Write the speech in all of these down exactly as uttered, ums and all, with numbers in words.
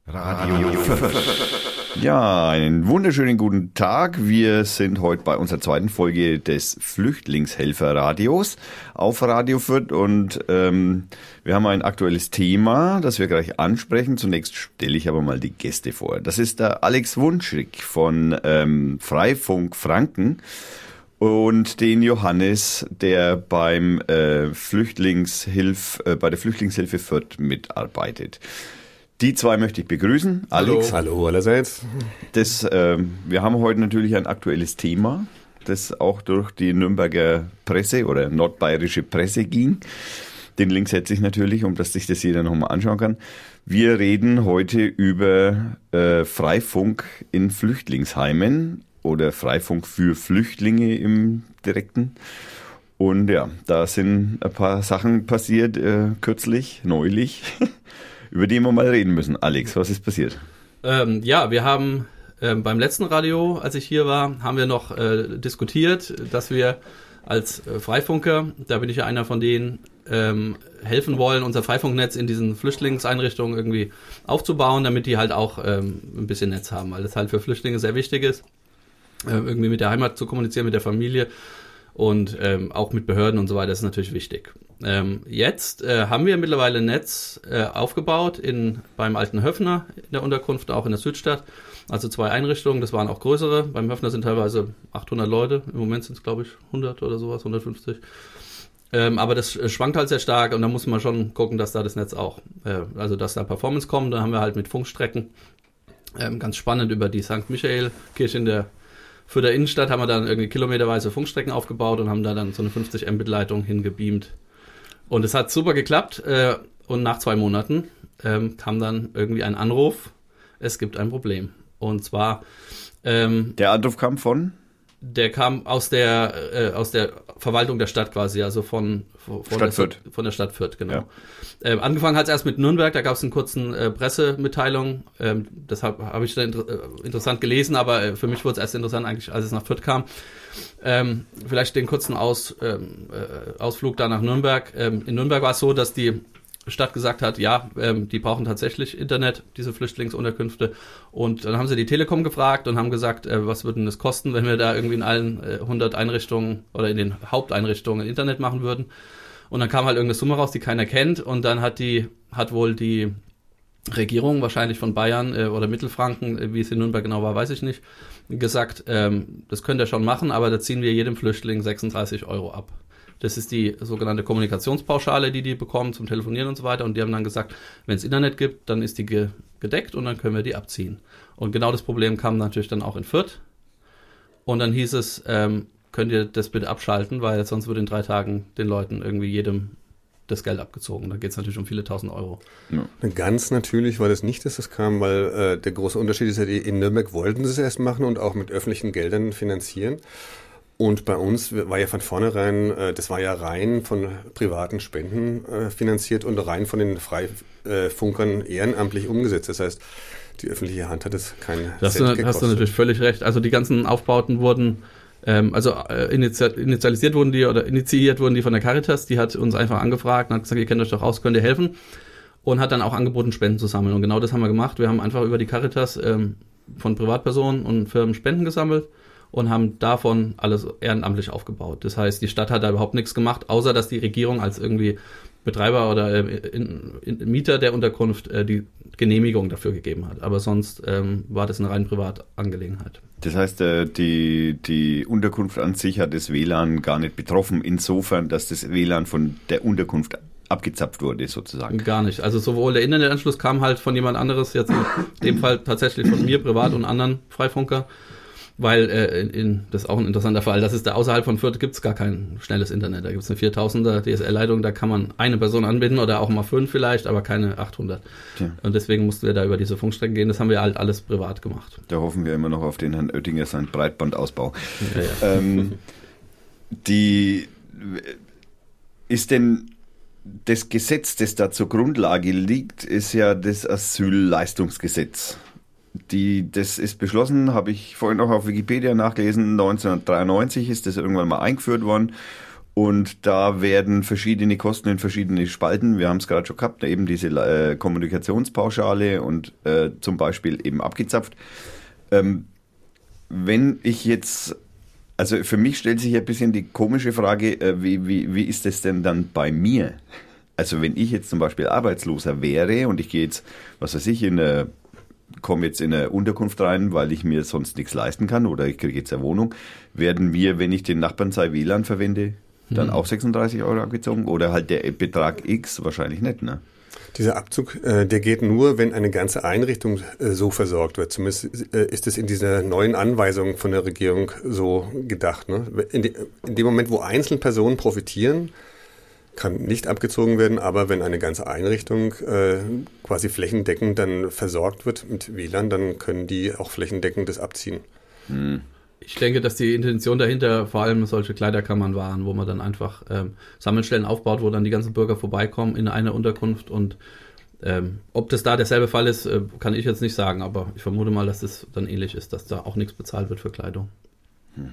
Radio fünf. Ja, einen wunderschönen guten Tag. Wir sind heute bei unserer zweiten Folge des Flüchtlingshelfer-Radios auf Radio Fürth und ähm, wir haben ein aktuelles Thema, das wir gleich ansprechen. Zunächst stelle ich aber mal die Gäste vor. Das ist der Alex Wunschig von ähm, Freifunk Franken und den Johannes, der beim äh, Flüchtlingshilf, äh, bei der Flüchtlingshilfe Fürth mitarbeitet. Die zwei möchte ich begrüßen. Alex. Hallo, hallo allerseits. Das, äh, wir haben heute natürlich ein aktuelles Thema, das auch durch die Nürnberger Presse oder nordbayerische Presse ging. Den Link setze ich natürlich, um dass sich das jeder nochmal anschauen kann. Wir reden heute über äh, Freifunk in Flüchtlingsheimen oder Freifunk für Flüchtlinge im Direkten. Und ja, da sind ein paar Sachen passiert, äh, kürzlich, neulich. Über die wir mal reden müssen. Alex, was ist passiert? Ähm, ja, wir haben ähm, beim letzten Radio, als ich hier war, haben wir noch äh, diskutiert, dass wir als äh, Freifunker, da bin ich ja einer von denen, ähm, helfen wollen, unser Freifunknetz in diesen Flüchtlingseinrichtungen irgendwie aufzubauen, damit die halt auch ähm, ein bisschen Netz haben, weil das halt für Flüchtlinge sehr wichtig ist, äh, irgendwie mit der Heimat zu kommunizieren, mit der Familie und ähm, auch mit Behörden und so weiter, das ist natürlich wichtig. Ähm, jetzt äh, haben wir mittlerweile ein Netz äh, aufgebaut in, beim Alten Höffner in der Unterkunft, auch in der Südstadt. Also zwei Einrichtungen, das waren auch größere. Beim Höffner sind teilweise achthundert Leute, im Moment sind es glaube ich hundert oder sowas, hundertfünfzig. Ähm, aber das äh, schwankt halt sehr stark und da muss man schon gucken, dass da das Netz auch, äh, also dass da Performance kommt. Da haben wir halt mit Funkstrecken, ähm, ganz spannend über die Sankt Michael-Kirche in der Für der Innenstadt haben wir dann irgendwie kilometerweise Funkstrecken aufgebaut und haben da dann so eine fünfzig Mbit-Leitung hingebeamt. Und es hat super geklappt äh, und nach zwei Monaten ähm, kam dann irgendwie ein Anruf, es gibt ein Problem. Und zwar... Ähm, der Anruf kam von? Der kam aus der äh, aus der Verwaltung der Stadt quasi, also von, von, Stadt der, Fürth. von der Stadt Fürth, genau. Ja. Ähm, angefangen hat es erst mit Nürnberg, da gab es einen kurzen äh, Pressemitteilung, ähm, das habe hab ich dann inter- äh, interessant gelesen, aber äh, für mich wurde es erst interessant eigentlich, als es nach Fürth kam. Ähm, vielleicht den kurzen Aus, ähm, äh, Ausflug da nach Nürnberg. Ähm, in Nürnberg war es so, dass die Stadt gesagt hat, ja, ähm, die brauchen tatsächlich Internet, diese Flüchtlingsunterkünfte. Und dann haben sie die Telekom gefragt und haben gesagt, äh, was würde denn das kosten, wenn wir da irgendwie in allen äh, hundert Einrichtungen oder in den Haupteinrichtungen Internet machen würden. Und dann kam halt irgendeine Summe raus, die keiner kennt. Und dann hat die, hat wohl die Regierung, wahrscheinlich von Bayern äh, oder Mittelfranken, äh, wie es in Nürnberg genau war, weiß ich nicht, gesagt, ähm, das könnt ihr schon machen, aber da ziehen wir jedem Flüchtling sechsunddreißig Euro ab. Das ist die sogenannte Kommunikationspauschale, die die bekommen zum Telefonieren und so weiter. Und die haben dann gesagt, wenn es Internet gibt, dann ist die ge- gedeckt und dann können wir die abziehen. Und genau das Problem kam natürlich dann auch in Fürth. Und dann hieß es, ähm, könnt ihr das bitte abschalten, weil sonst wird in drei Tagen den Leuten irgendwie jedem das Geld abgezogen. Da geht es natürlich um viele tausend Euro. Ja. Ganz natürlich war das nicht, dass das kam, weil äh, der große Unterschied ist ja, in Nürnberg wollten sie es erst machen und auch mit öffentlichen Geldern finanzieren. Und bei uns war ja von vornherein, äh, das war ja rein von privaten Spenden äh, finanziert und rein von den Freifunkern ehrenamtlich umgesetzt. Das heißt, die öffentliche Hand hat es kein das Cent du, gekostet. Hast du natürlich völlig recht. Also die ganzen Aufbauten wurden, ähm, also äh, initial, initialisiert wurden die oder initiiert wurden die von der Caritas. Die hat uns einfach angefragt und hat gesagt, ihr kennt euch doch aus, könnt ihr helfen? Und hat dann auch angeboten, Spenden zu sammeln. Und genau das haben wir gemacht. Wir haben einfach über die Caritas ähm, von Privatpersonen und Firmen Spenden gesammelt und haben davon alles ehrenamtlich aufgebaut. Das heißt, die Stadt hat da überhaupt nichts gemacht, außer dass die Regierung als irgendwie Betreiber oder äh, in, in, Mieter der Unterkunft äh, die Genehmigung dafür gegeben hat. Aber sonst ähm, war das eine rein private Angelegenheit. Das heißt, äh, die, die Unterkunft an sich hat das W L A N gar nicht betroffen, insofern, dass das W L A N von der Unterkunft abgezapft wurde, sozusagen. Gar nicht. Also sowohl der Internetanschluss kam halt von jemand anderes, jetzt in dem Fall tatsächlich von mir privat und anderen Freifunker. Weil, äh, in, in, das ist auch ein interessanter Fall, das ist da außerhalb von Fürth gibt es gar kein schnelles Internet. Da gibt es eine viertausender D S L-Leitung, da kann man eine Person anbinden oder auch mal fünf vielleicht, aber keine achthundert. Tja. Und deswegen mussten wir da über diese Funkstrecken gehen. Das haben wir halt alles privat gemacht. Da hoffen wir immer noch auf den Herrn Oettinger, seinen Breitbandausbau. Ja, ja. Ähm, die, ist denn das Gesetz, das da zur Grundlage liegt, ist ja das Asylleistungsgesetz. Die, das ist beschlossen, habe ich vorhin auch auf Wikipedia nachgelesen, neunzehnhundertdreiundneunzig ist das irgendwann mal eingeführt worden Und da werden verschiedene Kosten in verschiedene Spalten, wir haben es gerade schon gehabt, eben diese äh, Kommunikationspauschale und äh, zum Beispiel eben abgezapft. Ähm, wenn ich jetzt, also für mich stellt sich ein bisschen die komische Frage, äh, wie, wie, wie ist das denn dann bei mir? Also wenn ich jetzt zum Beispiel Arbeitsloser wäre und ich gehe jetzt, was weiß ich, in eine, komme jetzt in eine Unterkunft rein, weil ich mir sonst nichts leisten kann oder ich kriege jetzt eine Wohnung, werden mir, wenn ich den Nachbarn sei W L A N verwende, dann auch sechsunddreißig Euro abgezogen oder halt der Betrag X wahrscheinlich nicht, ne? Dieser Abzug, äh, der geht nur, wenn eine ganze Einrichtung äh, so versorgt wird. Zumindest äh, ist es in dieser neuen Anweisung von der Regierung so gedacht. Ne? In, de, in dem Moment, wo Einzelpersonen profitieren, kann nicht abgezogen werden, aber wenn eine ganze Einrichtung äh, quasi flächendeckend dann versorgt wird mit W L A N, dann können die auch flächendeckend das abziehen. Hm. Ich denke, dass die Intention dahinter vor allem solche Kleiderkammern waren, wo man dann einfach ähm, Sammelstellen aufbaut, wo dann die ganzen Bürger vorbeikommen in einer Unterkunft. Und ähm, ob das da derselbe Fall ist, äh, kann ich jetzt nicht sagen, aber ich vermute mal, dass es dann ähnlich ist, dass da auch nichts bezahlt wird für Kleidung. Hm.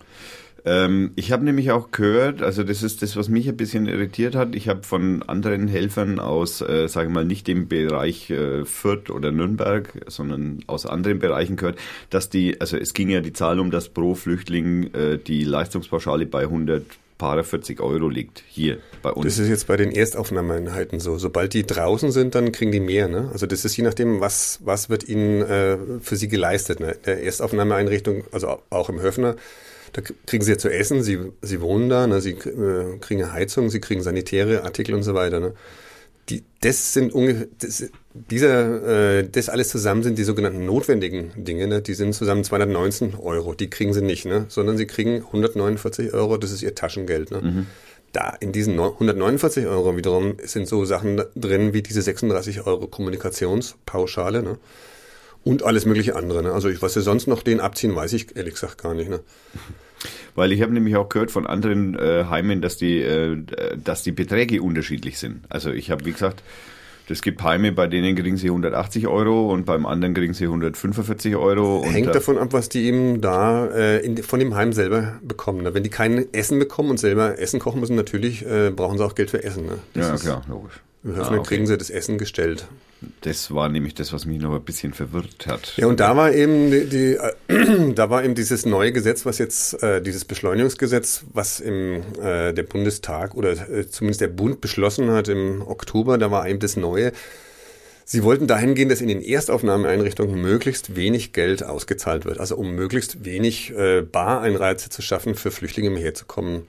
Ähm, ich habe nämlich auch gehört, also das ist das, was mich ein bisschen irritiert hat. Ich habe von anderen Helfern aus, äh, sage ich mal, nicht dem Bereich äh, Fürth oder Nürnberg, sondern aus anderen Bereichen gehört, dass die, also es ging ja die Zahl um, dass pro Flüchtling äh, die Leistungspauschale bei hundertvierzig Euro liegt, hier bei uns. Das ist jetzt bei den Erstaufnahmeeinheiten so. Sobald die draußen sind, dann kriegen die mehr. Ne? Also das ist je nachdem, was, was wird ihnen äh, für sie geleistet. Ne? Der Erstaufnahmeeinrichtung, also auch im Höfner, da kriegen sie ja zu essen, sie, sie wohnen da, ne? Sie äh, kriegen eine Heizung, sie kriegen sanitäre Artikel und so weiter. Ne? Die, das sind ungefähr, das, dieser, äh, das alles zusammen sind die sogenannten notwendigen Dinge, ne? Die sind zusammen zweihundertneunzehn Euro, die kriegen sie nicht, ne? Sondern sie kriegen hundertneunundvierzig Euro, das ist ihr Taschengeld. Ne? Mhm. Da in diesen hundertneunundvierzig Euro wiederum sind so Sachen drin wie diese sechsunddreißig Euro Kommunikationspauschale, ne? Und alles mögliche andere. Ne? Also ich, was sie sonst noch denen abziehen, weiß ich ehrlich gesagt gar nicht. Ne? Weil ich habe nämlich auch gehört von anderen äh, Heimen, dass die, äh, dass die Beträge unterschiedlich sind. Also ich habe, wie gesagt, es gibt Heime, bei denen kriegen sie hundertachtzig Euro und beim anderen kriegen sie hundertfünfundvierzig Euro. Und hängt davon ab, was die eben da äh, in, von dem Heim selber bekommen. Ne? Wenn die kein Essen bekommen und selber Essen kochen müssen, natürlich äh, brauchen sie auch Geld für Essen. Ne? Ja, klar, logisch. Im Höfner ah, okay. kriegen sie das Essen gestellt. Das war nämlich das, was mich noch ein bisschen verwirrt hat. Ja, und da war eben die, die äh, da war eben dieses neue Gesetz, was jetzt äh, dieses Beschleunigungsgesetz, was im äh, der Bundestag oder äh, zumindest der Bund beschlossen hat im Oktober, da war eben das Neue. Sie wollten dahin gehen, dass in den Erstaufnahmeeinrichtungen möglichst wenig Geld ausgezahlt wird, also um möglichst wenig äh, Bareinreize zu schaffen, für Flüchtlinge hierher zu kommen.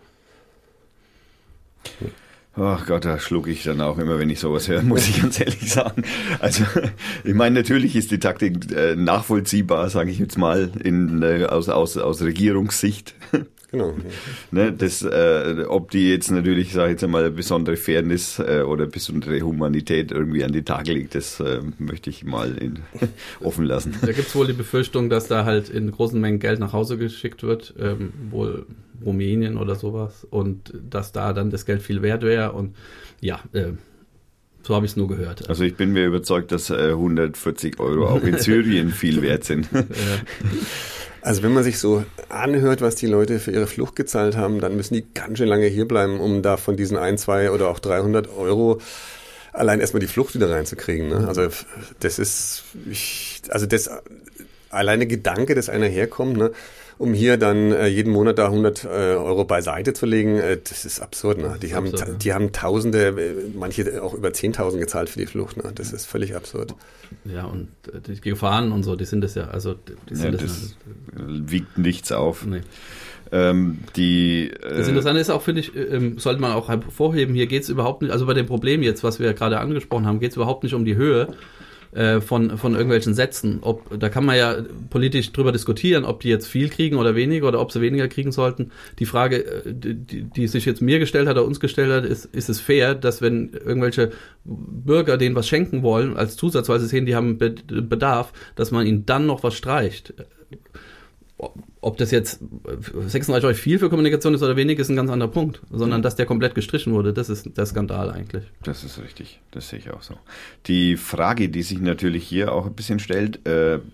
Hm. Ach Gott, da schlucke ich dann auch immer, wenn ich sowas höre, muss ich ganz ehrlich sagen. Also ich meine, natürlich ist die Taktik äh, nachvollziehbar, sage ich jetzt mal, in, äh, aus, aus, aus Regierungssicht. Genau. Ne, das, äh, ob die jetzt natürlich, sage ich jetzt einmal, besondere Fairness äh, oder besondere Humanität irgendwie an die Tage legt, das äh, möchte ich mal in, offen lassen. Da gibt es wohl die Befürchtung, dass da halt in großen Mengen Geld nach Hause geschickt wird, ähm, wohl Rumänien oder sowas, und dass da dann das Geld viel wert wäre und ja, äh, so habe ich es nur gehört. Also ich bin mir überzeugt, dass äh, hundertvierzig Euro auch in Syrien viel wert sind. Ja. Also wenn man sich so anhört, was die Leute für ihre Flucht gezahlt haben, dann müssen die ganz schön lange hierbleiben, um da von diesen ein, zwei oder auch dreihundert Euro allein erstmal die Flucht wieder reinzukriegen. Ne? Also das ist, ich, also das alleine Gedanke, dass einer herkommt, ne, um hier dann äh, jeden Monat da hundert äh, Euro beiseite zu legen, äh, das ist absurd. Ne? Die, ist haben, absurd, ja. die haben Tausende, äh, manche auch über zehntausend gezahlt für die Flucht. Ne? Das ist völlig absurd. Ja, und äh, die Gefahren und so, die sind das ja, also die sind ja, das, das wiegt nichts auf. Nee. Ähm, die, äh das Interessante ist auch, finde ich, äh, sollte man auch hervorheben, hier geht es überhaupt nicht, also bei dem Problem jetzt, was wir gerade angesprochen haben, geht es überhaupt nicht um die Höhe von von irgendwelchen Sätzen. Ob, da kann man ja politisch drüber diskutieren, ob die jetzt viel kriegen oder weniger oder ob sie weniger kriegen sollten. Die Frage, die, die sich jetzt mir gestellt hat oder uns gestellt hat, ist, ist es fair, dass wenn irgendwelche Bürger denen was schenken wollen, als Zusatz, weil sie sehen, die haben Bedarf, dass man ihnen dann noch was streicht. Ob das jetzt sechsunddreißig Euro viel für Kommunikation ist oder wenig, ist ein ganz anderer Punkt. Sondern, dass der komplett gestrichen wurde, das ist der Skandal eigentlich. Das ist richtig, das sehe ich auch so. Die Frage, die sich natürlich hier auch ein bisschen stellt, äh,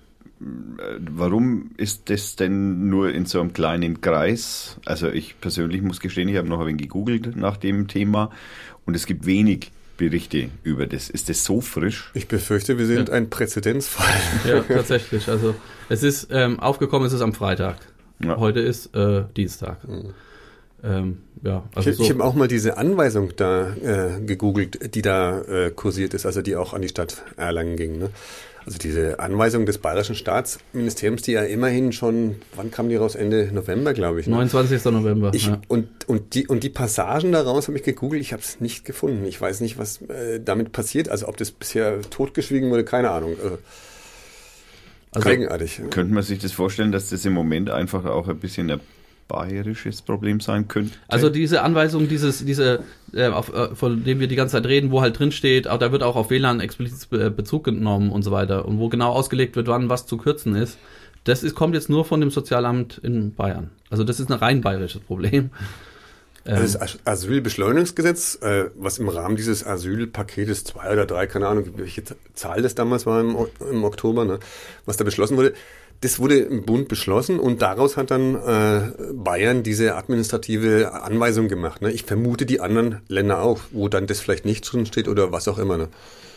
warum ist das denn nur in so einem kleinen Kreis? Also ich persönlich muss gestehen, ich habe noch ein wenig gegoogelt nach dem Thema und es gibt wenig Berichte über das. Ist das so frisch? Ich befürchte, wir sind ja. ein Präzedenzfall. Ja, tatsächlich. Also es ist ähm, aufgekommen, es ist am Freitag. Ja. Heute ist äh, Dienstag. Mhm. Ähm, ja, also ich so. ich habe auch mal diese Anweisung da äh, gegoogelt, die da äh, kursiert ist, also die auch an die Stadt Erlangen ging. Ne? Also diese Anweisung des Bayerischen Staatsministeriums, die ja immerhin schon, wann kam die raus? Ende November, glaube ich. Ne? neunundzwanzigsten November. Ich, ja. und, und, die, und die Passagen daraus habe ich gegoogelt, ich habe es nicht gefunden. Ich weiß nicht, was äh, damit passiert. Also ob das bisher totgeschwiegen wurde, keine Ahnung. Äh, also, eigenartig. Könnte man sich das vorstellen, dass das im Moment einfach auch ein bisschen ein bayerisches Problem sein könnte? Also diese Anweisung, dieses, diese, äh, auf, äh, von dem wir die ganze Zeit reden, wo halt drin steht, auch, da wird auch auf W L A N explizit Be- Bezug genommen und so weiter und wo genau ausgelegt wird, wann was zu kürzen ist, das ist, kommt jetzt nur von dem Sozialamt in Bayern. Also das ist ein rein bayerisches Problem. Ähm, das Asylbeschleunigungsgesetz, äh, was im Rahmen dieses Asylpaketes zwei oder drei, keine Ahnung, welche Zahl das damals war im, im Oktober, ne, was da beschlossen wurde, das wurde im Bund beschlossen und daraus hat dann äh, Bayern diese administrative Anweisung gemacht. Ne? Ich vermute die anderen Länder auch, wo dann das vielleicht nicht drin steht oder was auch immer. Ne?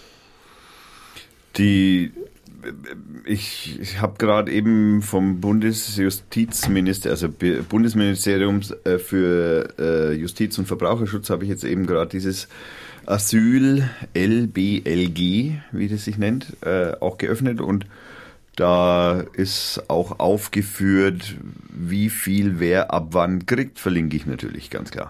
Die, ich, ich habe gerade eben vom Bundesjustizminister, also B- Bundesministerium für äh, Justiz und Verbraucherschutz, habe ich jetzt eben gerade dieses Asyl L B L G, wie das sich nennt, äh, auch geöffnet und da ist auch aufgeführt, wie viel wer ab wann kriegt, verlinke ich natürlich, ganz klar.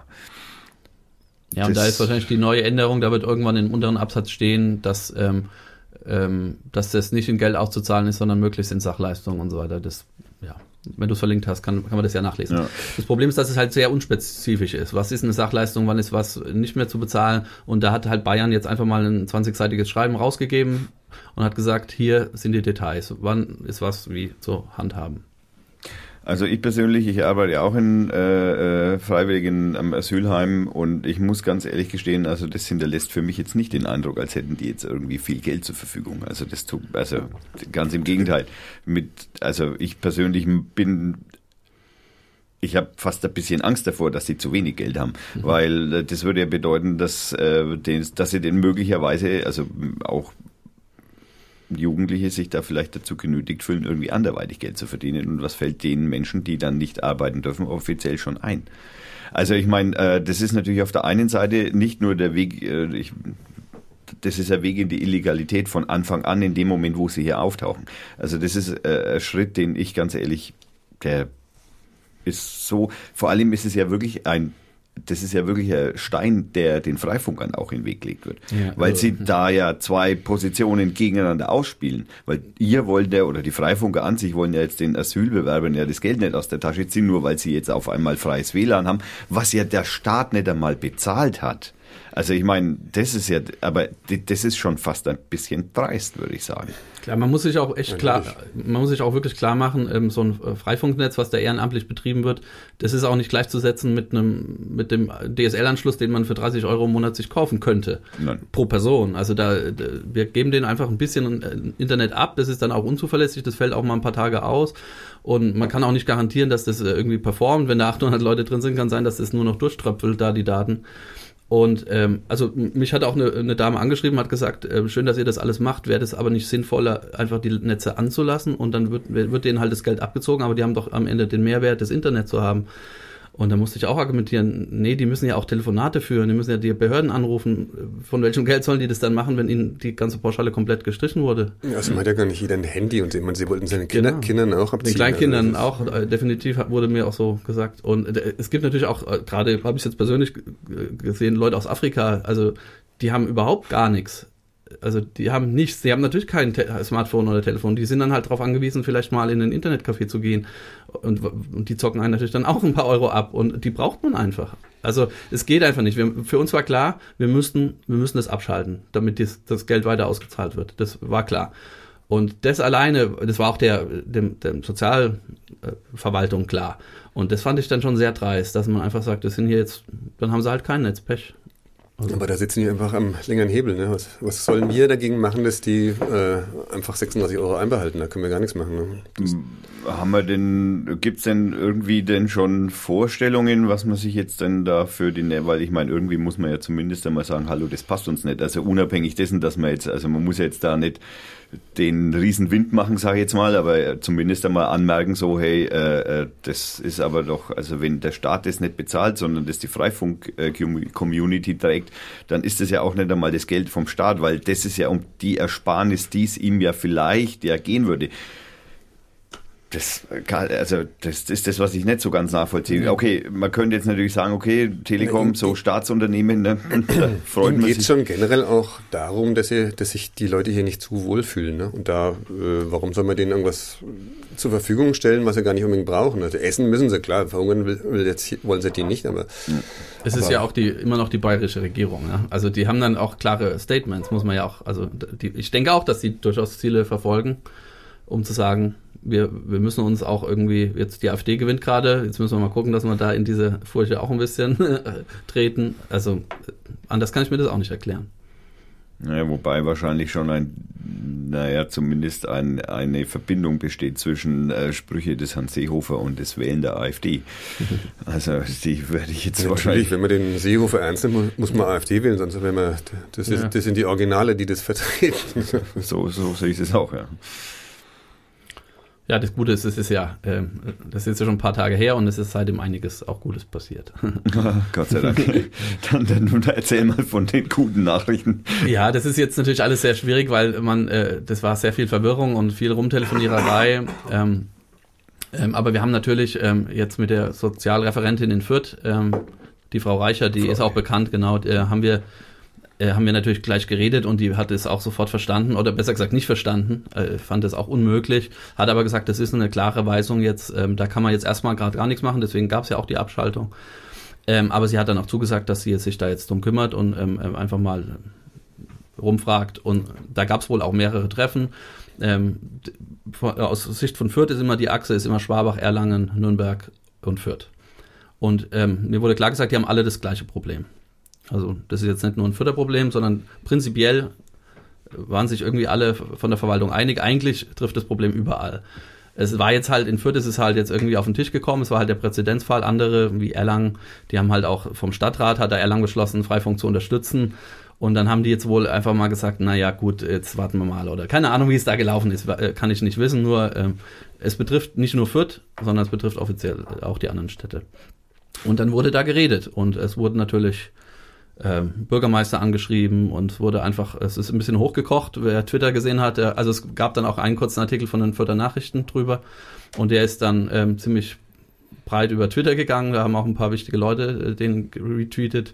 Ja, und das da ist wahrscheinlich die neue Änderung, da wird irgendwann im unteren Absatz stehen, dass, ähm, ähm, dass das nicht in Geld auszuzahlen ist, sondern möglichst in Sachleistungen und so weiter. Das, ja, wenn du es verlinkt hast, kann, kann man das ja nachlesen. Ja. Das Problem ist, dass es halt sehr unspezifisch ist. Was ist eine Sachleistung, wann ist was nicht mehr zu bezahlen? Und da hat halt Bayern jetzt einfach mal ein zwanzigseitiges Schreiben rausgegeben und hat gesagt, hier sind die Details. Wann ist was wie zu handhaben? Also ich persönlich, ich arbeite auch in äh, äh, Freiwilligen am Asylheim und ich muss ganz ehrlich gestehen, also das hinterlässt für mich jetzt nicht den Eindruck, als hätten die jetzt irgendwie viel Geld zur Verfügung. Also das tut, also ganz im Gegenteil. Mit, also ich persönlich bin, ich habe fast ein bisschen Angst davor, dass sie zu wenig Geld haben, mhm. weil äh, das würde ja bedeuten, dass, äh, den, dass sie den möglicherweise, also auch Jugendliche sich da vielleicht dazu genötigt fühlen, irgendwie anderweitig Geld zu verdienen. Und was fällt den Menschen, die dann nicht arbeiten dürfen, offiziell schon ein? Also ich meine, äh, das ist natürlich auf der einen Seite nicht nur der Weg, äh, ich, das ist ein Weg in die Illegalität von Anfang an, in dem Moment, wo sie hier auftauchen. Also das ist äh, ein Schritt, den ich ganz ehrlich, der ist so, vor allem ist es ja wirklich ein Das ist ja wirklich ein Stein, der den Freifunkern auch in den Weg gelegt wird. Ja, weil also, sie da ja zwei Positionen gegeneinander ausspielen. Weil ihr wollt ja, oder die Freifunker an sich wollen ja jetzt den Asylbewerbern ja das Geld nicht aus der Tasche ziehen, nur weil sie jetzt auf einmal freies W L A N haben, was ja der Staat nicht einmal bezahlt hat. Also ich meine, das ist ja, aber das ist schon fast ein bisschen dreist, würde ich sagen. Klar, man muss sich auch echt klar, man muss sich auch wirklich klar machen, so ein Freifunknetz, was da ehrenamtlich betrieben wird, das ist auch nicht gleichzusetzen mit einem, mit dem D S L-Anschluss, den man für dreißig Euro im Monat sich kaufen könnte. Nein. Pro Person. Also da, wir geben denen einfach ein bisschen Internet ab, das ist dann auch unzuverlässig, das fällt auch mal ein paar Tage aus und man kann auch nicht garantieren, dass das irgendwie performt. Wenn da achthundert Leute drin sind, kann sein, dass das nur noch durchtröpfelt, da die Daten. Und ähm, also mich hat auch eine, eine Dame angeschrieben, hat gesagt, äh, schön, dass ihr das alles macht, wäre das aber nicht sinnvoller, einfach die Netze anzulassen und dann wird, wird denen halt das Geld abgezogen, aber die haben doch am Ende den Mehrwert des Internet zu haben. Und da musste ich auch argumentieren, nee, die müssen ja auch Telefonate führen, die müssen ja die Behörden anrufen. Von welchem Geld sollen die das dann machen, wenn ihnen die ganze Pauschale komplett gestrichen wurde? Ja, also man hat ja gar nicht jeder ein Handy und man, sie wollten seine Kinder, genau. Kindern auch abziehen. Den Kleinkindern also auch, äh, definitiv wurde mir auch so gesagt. Und äh, es gibt natürlich auch, äh, gerade habe ich jetzt persönlich g- gesehen, Leute aus Afrika, also die haben überhaupt gar nichts. Also die haben nichts, die haben natürlich kein Te- Smartphone oder Telefon, die sind dann halt darauf angewiesen, vielleicht mal in ein Internetcafé zu gehen und, und die zocken einen natürlich dann auch ein paar Euro ab und die braucht man einfach. Also es geht einfach nicht. Wir, für uns war klar, wir müssten, wir müssen das abschalten, damit dies, das Geld weiter ausgezahlt wird. Das war klar. Und das alleine, das war auch der, dem, der Sozialverwaltung klar. Und das fand ich dann schon sehr dreist, dass man einfach sagt, das sind hier jetzt, dann haben sie halt kein Netz, Pech. Also aber da sitzen die einfach am längeren Hebel. Ne? Was, was sollen wir dagegen machen, dass die äh, einfach sechsunddreißig Euro einbehalten? Da können wir gar nichts machen. Ne? Haben wir denn, gibt's denn irgendwie denn schon Vorstellungen, was man sich jetzt denn da für die, weil ich meine, irgendwie muss man ja zumindest einmal sagen, hallo, das passt uns nicht. Also unabhängig dessen, dass man jetzt, also man muss ja jetzt da nicht den riesen Wind machen, sage ich jetzt mal, aber zumindest einmal anmerken so, hey, äh, das ist aber doch, also wenn der Staat das nicht bezahlt, sondern das die Freifunk-Community trägt, dann ist das ja auch nicht einmal das Geld vom Staat, weil das ist ja um die Ersparnis, die es ihm ja vielleicht ja gehen würde. Das, also das ist das, was ich nicht so ganz nachvollziehe. Okay, man könnte jetzt natürlich sagen, okay, Telekom, so Staatsunternehmen, ne, freut man sich. Es geht schon generell auch darum, dass, sie, dass sich die Leute hier nicht zu wohl fühlen. Ne? Und da, äh, warum soll man denen irgendwas zur Verfügung stellen, was sie gar nicht unbedingt brauchen? Also essen müssen sie, klar, verhungern will, will jetzt, wollen sie die nicht, aber... Es ist aber ja auch die immer noch die bayerische Regierung. Ne? Also die haben dann auch klare Statements, muss man ja auch, also die, ich denke auch, dass sie durchaus Ziele verfolgen, um zu sagen, Wir, wir müssen uns auch irgendwie, jetzt die AfD gewinnt gerade, jetzt müssen wir mal gucken, dass wir da in diese Furche auch ein bisschen treten. Also anders kann ich mir das auch nicht erklären. Naja, wobei wahrscheinlich schon ein, naja, zumindest ein, eine Verbindung besteht zwischen äh, Sprüche des Hans Seehofer und des Wählen der AfD. Also die werde ich jetzt ja, wahrscheinlich... Wenn man den Seehofer ernst nimmt, muss man AfD wählen, sonst wenn man, das, ist, ja. das sind die Originale, die das vertreten. So, so sehe ich es auch, ja. Ja, das Gute ist, es ist ja, äh, das ist jetzt schon ein paar Tage her und es ist seitdem einiges auch Gutes passiert. Gott sei Dank. Dann, dann erzähl mal von den guten Nachrichten. Ja, das ist jetzt natürlich alles sehr schwierig, weil man, äh, das war sehr viel Verwirrung und viel Rumtelefoniererei. Ähm, ähm, aber wir haben natürlich ähm, jetzt mit der Sozialreferentin in Fürth, ähm, die Frau Reicher, die Frau. ist auch bekannt, genau, äh, haben wir Äh, haben wir natürlich gleich geredet und die hat es auch sofort verstanden oder besser gesagt nicht verstanden, äh, fand es auch unmöglich, hat aber gesagt, das ist eine klare Weisung jetzt, ähm, da kann man jetzt erstmal gerade gar nichts machen, deswegen gab es ja auch die Abschaltung. Ähm, aber sie hat dann auch zugesagt, dass sie jetzt sich da jetzt drum kümmert und ähm, einfach mal rumfragt und da gab es wohl auch mehrere Treffen. Ähm, von, aus Sicht von Fürth ist immer die Achse, ist immer Schwabach, Erlangen, Nürnberg und Fürth. Und ähm, mir wurde klar gesagt, die haben alle das gleiche Problem. Also das ist jetzt nicht nur ein Förderproblem, sondern prinzipiell waren sich irgendwie alle von der Verwaltung einig. Eigentlich trifft das Problem überall. Es war jetzt halt, in Fürth ist es halt jetzt irgendwie auf den Tisch gekommen. Es war halt der Präzedenzfall. Andere wie Erlangen, die haben halt auch vom Stadtrat, hat der Erlangen beschlossen, Freifunk zu unterstützen. Und dann haben die jetzt wohl einfach mal gesagt, na ja, gut, jetzt warten wir mal. Oder keine Ahnung, wie es da gelaufen ist, kann ich nicht wissen. Nur äh, es betrifft nicht nur Fürth, sondern es betrifft offiziell auch die anderen Städte. Und dann wurde da geredet. Und es wurde natürlich... Ähm, Bürgermeister angeschrieben und es wurde einfach, es ist ein bisschen hochgekocht, wer Twitter gesehen hat, der, also es gab dann auch einen kurzen Artikel von den Fürther Nachrichten drüber und der ist dann ähm, ziemlich breit über Twitter gegangen, da haben auch ein paar wichtige Leute äh, den retweetet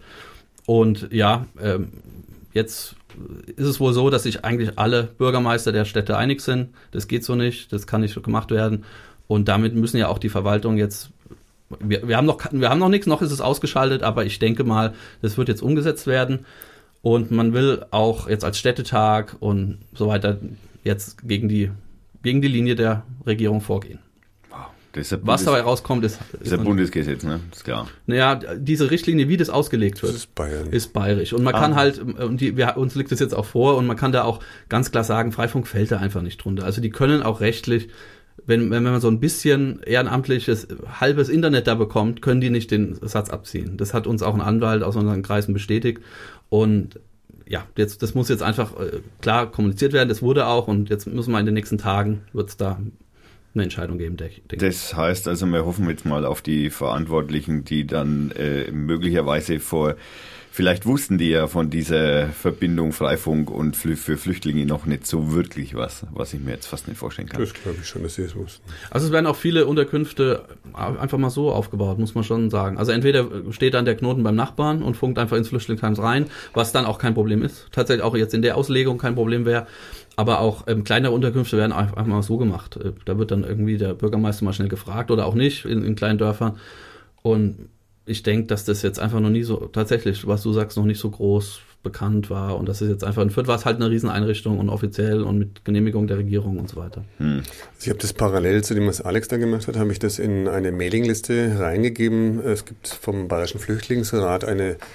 und ja, ähm, jetzt ist es wohl so, dass sich eigentlich alle Bürgermeister der Städte einig sind, das geht so nicht, das kann nicht so gemacht werden und damit müssen ja auch die Verwaltung jetzt Wir, wir haben noch, wir haben noch nichts, noch ist es ausgeschaltet, aber ich denke mal, das wird jetzt umgesetzt werden und man will auch jetzt als Städtetag und so weiter jetzt gegen die, gegen die Linie der Regierung vorgehen. Wow, das ist ja Was dabei rauskommt, ist... Das ist ein Bundesgesetz, ne? Ist klar. Naja, diese Richtlinie, wie das ausgelegt wird, das ist, Bayern. ist bayerisch. Und man ah. kann halt, und die, wir, uns liegt das jetzt auch vor und man kann da auch ganz klar sagen, Freifunk fällt da einfach nicht drunter. Also die können auch rechtlich... Wenn, wenn man so ein bisschen ehrenamtliches, halbes Internet da bekommt, können die nicht den Satz abziehen. Das hat uns auch ein Anwalt aus unseren Kreisen bestätigt. Und ja, jetzt, das muss jetzt einfach äh, klar kommuniziert werden. Das wurde auch und jetzt müssen wir in den nächsten Tagen, wird es da eine Entscheidung geben, denke ich. Das heißt also, wir hoffen jetzt mal auf die Verantwortlichen, die dann äh, möglicherweise vor... Vielleicht wussten die ja von dieser Verbindung Freifunk und für Flüchtlinge noch nicht so wirklich was, was ich mir jetzt fast nicht vorstellen kann. Das glaube ich schon, dass sie es wussten. Also es werden auch viele Unterkünfte einfach mal so aufgebaut, muss man schon sagen. Also entweder steht dann der Knoten beim Nachbarn und funkt einfach ins Flüchtlingsheim rein, was dann auch kein Problem ist. Tatsächlich auch jetzt in der Auslegung kein Problem wäre. Aber auch ähm, kleinere Unterkünfte werden einfach mal so gemacht. Da wird dann irgendwie der Bürgermeister mal schnell gefragt oder auch nicht in, in kleinen Dörfern. Und ich denke, dass das jetzt einfach noch nie so, tatsächlich, was du sagst, noch nicht so groß bekannt war und das ist jetzt einfach, in Fürth war es halt eine Rieseneinrichtung und offiziell und mit Genehmigung der Regierung und so weiter. Hm. Ich habe das parallel zu dem, was Alex da gemacht hat, habe ich das in eine Mailingliste reingegeben. Es gibt vom Bayerischen Flüchtlingsrat eine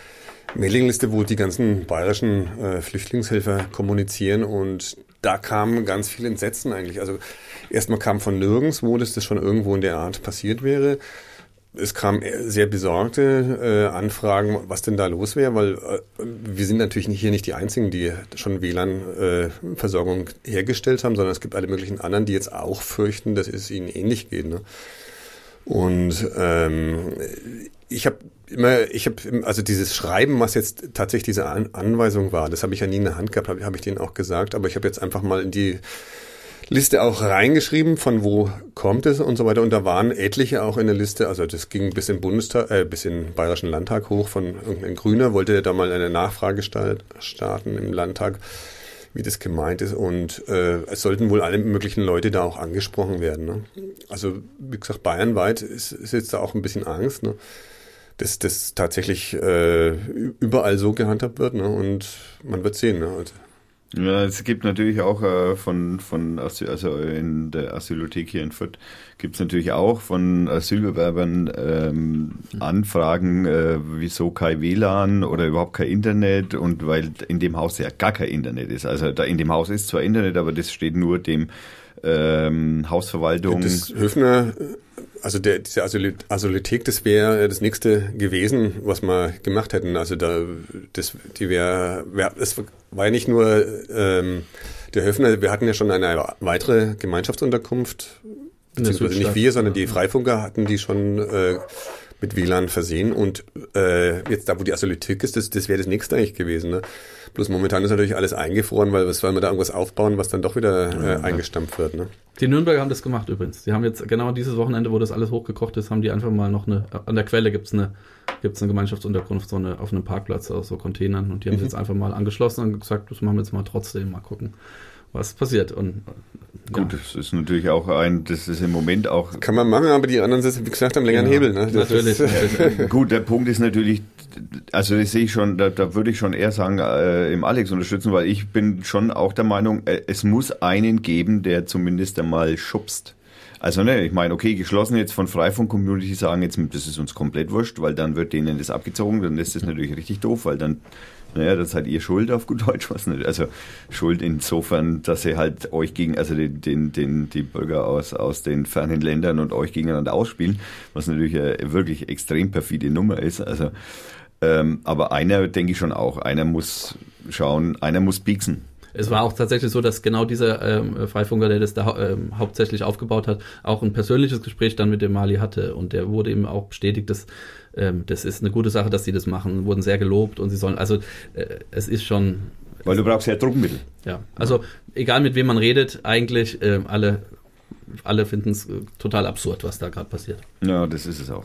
Mailingliste, wo die ganzen bayerischen äh, Flüchtlingshelfer kommunizieren, und da kam ganz viel Entsetzen eigentlich. Also erstmal kam von nirgendwo, dass das schon irgendwo in der Art passiert wäre. Es kamen sehr besorgte äh, Anfragen, was denn da los wäre, weil äh, wir sind natürlich nicht, hier nicht die Einzigen, die schon W L A N-Versorgung äh, hergestellt haben, sondern es gibt alle möglichen anderen, die jetzt auch fürchten, dass es ihnen ähnlich geht. Ne? Und ähm, ich habe immer, ich habe, also dieses Schreiben, was jetzt tatsächlich diese An- Anweisung war, das habe ich ja nie in der Hand gehabt, habe hab ich denen auch gesagt, aber ich habe jetzt einfach mal in die Liste auch reingeschrieben, von wo kommt es und so weiter. Und da waren etliche auch in der Liste, also das ging bis im Bundestag, äh, bis in den Bayerischen Landtag hoch, von irgendeinem Grüner, wollte da mal eine Nachfrage starten im Landtag, wie das gemeint ist. Und äh, es sollten wohl alle möglichen Leute da auch angesprochen werden. Ne? Also wie gesagt, bayernweit ist, ist jetzt da auch ein bisschen Angst, ne? dass das tatsächlich äh, überall so gehandhabt wird. Ne? Und man wird sehen. Ne? Also, ja, es gibt natürlich auch äh, von, von Asyl, also in der Asylothek hier in Fürth gibt es natürlich auch von Asylbewerbern ähm, Anfragen, äh, wieso kein W L A N oder überhaupt kein Internet, und weil in dem Haus ja gar kein Internet ist. Also da in dem Haus ist zwar Internet, aber das steht nur dem ähm, Hausverwaltung. Das Höfner, also der, diese Asyl- Asylothek, das wäre das nächste gewesen, was wir gemacht hätten. Also da, das, die wäre, wär, es war ja nicht nur ähm, der Höfner, wir hatten ja schon eine weitere Gemeinschaftsunterkunft, beziehungsweise nicht wir, sondern die Freifunker hatten die schon äh, mit W L A N versehen, und äh, jetzt da, wo die Asylothek ist, das, das wäre das nächste eigentlich gewesen. Ne? Bloß momentan ist natürlich alles eingefroren, weil was wollen wir da irgendwas aufbauen, was dann doch wieder äh, ja, eingestampft wird. Ne? Die Nürnberger haben das gemacht übrigens. Die haben jetzt genau dieses Wochenende, wo das alles hochgekocht ist, haben die einfach mal noch eine, an der Quelle gibt's eine, gibt's eine Gemeinschaftsunterkunft, so eine, auf einem Parkplatz aus so Containern, und die haben mhm. sie jetzt einfach mal angeschlossen und gesagt, das machen wir jetzt mal trotzdem, mal gucken, was passiert. Und gut, ja. Das ist natürlich auch ein, das ist im Moment auch... Kann man machen, aber die anderen sitzen, wie gesagt, am längeren ja, Hebel. Ne? Das natürlich. Ist, gut, der Punkt ist natürlich, also das sehe ich schon, da, da würde ich schon eher sagen, äh, im Alex unterstützen, weil ich bin schon auch der Meinung, äh, es muss einen geben, der zumindest einmal schubst. Also ne, ich meine, okay, geschlossen jetzt von Freifunk-Community sagen jetzt, das ist uns komplett wurscht, weil dann wird denen das abgezogen, dann ist das natürlich richtig doof, weil dann, naja, das seid ihr schuld auf gut Deutsch, was nicht. Also schuld insofern, dass ihr halt euch gegen, also den, den, den, die Bürger aus, aus den fernen Ländern und euch gegeneinander ausspielen, was natürlich eine wirklich extrem perfide Nummer ist. Also, ähm, aber einer, denke ich schon auch, einer muss schauen, einer muss pieksen. Es war auch tatsächlich so, dass genau dieser ähm, Freifunker, der das da ähm, hauptsächlich aufgebaut hat, auch ein persönliches Gespräch dann mit dem Mali hatte, und der wurde eben auch bestätigt, dass ähm, das ist eine gute Sache, dass sie das machen, wurden sehr gelobt, und sie sollen, also äh, es ist schon... Weil du brauchst ja Druckmittel. Ja, also egal mit wem man redet, eigentlich äh, alle, alle finden es äh, total absurd, was da gerade passiert. Ja, das ist es auch.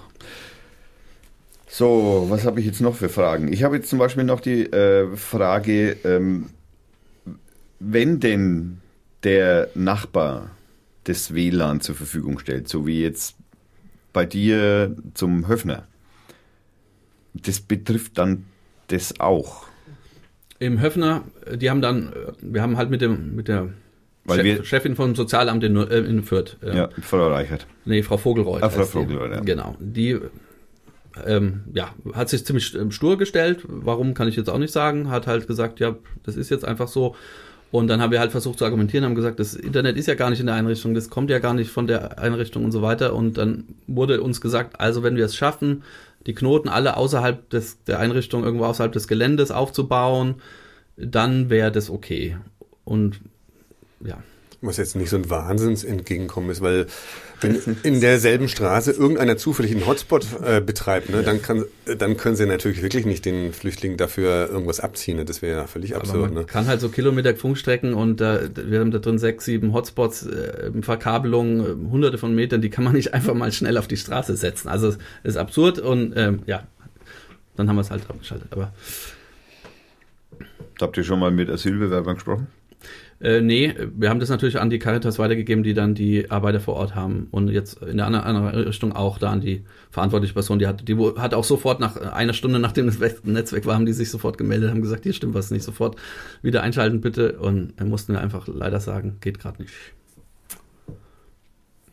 So, was habe ich jetzt noch für Fragen? Ich habe jetzt zum Beispiel noch die äh, Frage... Ähm, wenn denn der Nachbar das W L A N zur Verfügung stellt, so wie jetzt bei dir zum Höfner, das betrifft dann das auch? Im Höfner, die haben dann, wir haben halt mit dem mit der Weil Chef, wir, Chefin vom Sozialamt in, äh, in Fürth. Äh, ja, Frau Reichert. Nee, Frau Vogelreuth. Ah, Frau Vogelreuth, ja. Genau, die ähm, ja, hat sich ziemlich stur gestellt, warum kann ich jetzt auch nicht sagen, hat halt gesagt, ja, das ist jetzt einfach so. Und dann haben wir halt versucht zu argumentieren, haben gesagt, das Internet ist ja gar nicht in der Einrichtung, das kommt ja gar nicht von der Einrichtung und so weiter. Und dann wurde uns gesagt, also wenn wir es schaffen, die Knoten alle außerhalb des, der Einrichtung, irgendwo außerhalb des Geländes aufzubauen, dann wäre das okay. Und ja. Was jetzt nicht so ein Wahnsinns-Entgegenkommen ist, weil wenn in derselben Straße irgendeiner zufällig einen Hotspot äh, betreibt, ne, ja. dann kann, dann können sie natürlich wirklich nicht den Flüchtlingen dafür irgendwas abziehen. Ne? Das wäre ja völlig absurd. Aber man ne? kann halt so Kilometer Funkstrecken, und äh, wir haben da drin sechs, sieben Hotspots, äh, Verkabelungen, äh, hunderte von Metern, die kann man nicht einfach mal schnell auf die Straße setzen. Also es ist absurd, und ähm, ja, dann haben wir es halt abgeschaltet. Aber habt ihr schon mal mit Asylbewerbern gesprochen? Äh, nee, wir haben das natürlich an die Caritas weitergegeben, die dann die Arbeiter vor Ort haben, und jetzt in der anderen, anderen Richtung auch da an die verantwortliche Person, die hat, die hat auch sofort nach einer Stunde, nachdem das Netz weg war, haben die sich sofort gemeldet, haben gesagt, hier stimmt was nicht, sofort wieder einschalten bitte, und wir mussten wir einfach leider sagen, geht gerade nicht. Ja.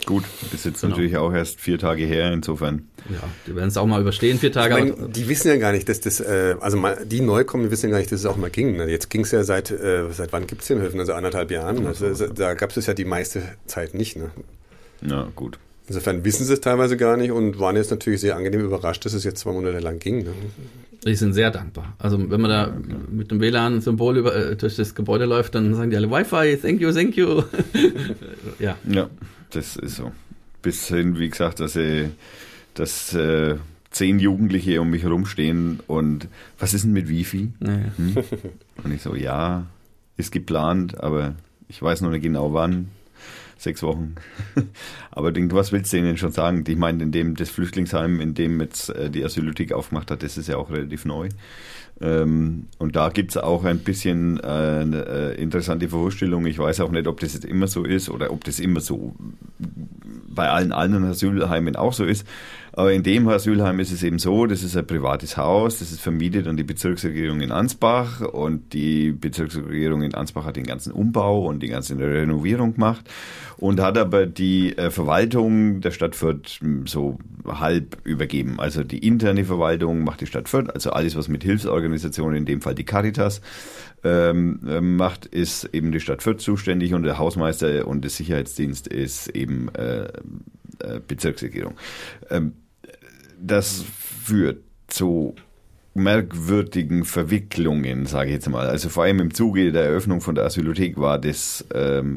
Gut, ist jetzt Genau. natürlich auch erst vier Tage her, insofern. Ja, die werden es auch mal überstehen, vier Tage. Ich meine, aber- die wissen ja gar nicht, dass das, äh, also mal, die neu kommen, die wissen ja gar nicht, dass es auch mal ging. Ne? Jetzt ging es ja seit, äh, seit wann gibt es den Höfen? Also anderthalb Jahren. Also, da gab es ja die meiste Zeit nicht. Ne? Ja, gut. Insofern wissen sie es teilweise gar nicht und waren jetzt natürlich sehr angenehm überrascht, dass es jetzt zwei Monate lang ging. Ne? Die sind sehr dankbar. Also wenn man da mit dem W L A N-Symbol über, äh, durch das Gebäude läuft, dann sagen die alle Wi-Fi, thank you, thank you. Ja. Ja, das ist so. Bis hin, wie gesagt, dass, äh, dass äh, zehn Jugendliche um mich herumstehen und was ist denn mit Wifi? Naja. Hm? Und ich so, ja, ist geplant, aber ich weiß noch nicht genau wann. Sechs Wochen. Aber denk, was willst du denen schon sagen? Ich meine, in dem das Flüchtlingsheim, in dem jetzt äh, die Asylpolitik aufgemacht hat, das ist ja auch relativ neu. Ähm, und da gibt es auch ein bisschen äh, eine äh, interessante Vorstellung. Ich weiß auch nicht, ob das jetzt immer so ist oder ob das immer so bei allen anderen Asylheimen auch so ist. Aber in dem Asylheim ist es eben so, das ist ein privates Haus, das ist vermietet an die Bezirksregierung in Ansbach und die Bezirksregierung in Ansbach hat den ganzen Umbau und die ganze Renovierung gemacht und hat aber die äh, Verwaltung der Stadt Fürth so halb übergeben. Also die interne Verwaltung macht die Stadt Fürth, also alles, was mit Hilfsorganisationen, in dem Fall die Caritas, ähm, macht, ist eben die Stadt Fürth zuständig und der Hausmeister und der Sicherheitsdienst ist eben äh, äh, Bezirksregierung. Ähm, das führt zu merkwürdigen Verwicklungen, sage ich jetzt mal. Also vor allem im Zuge der Eröffnung von der Asylotec war das, ähm,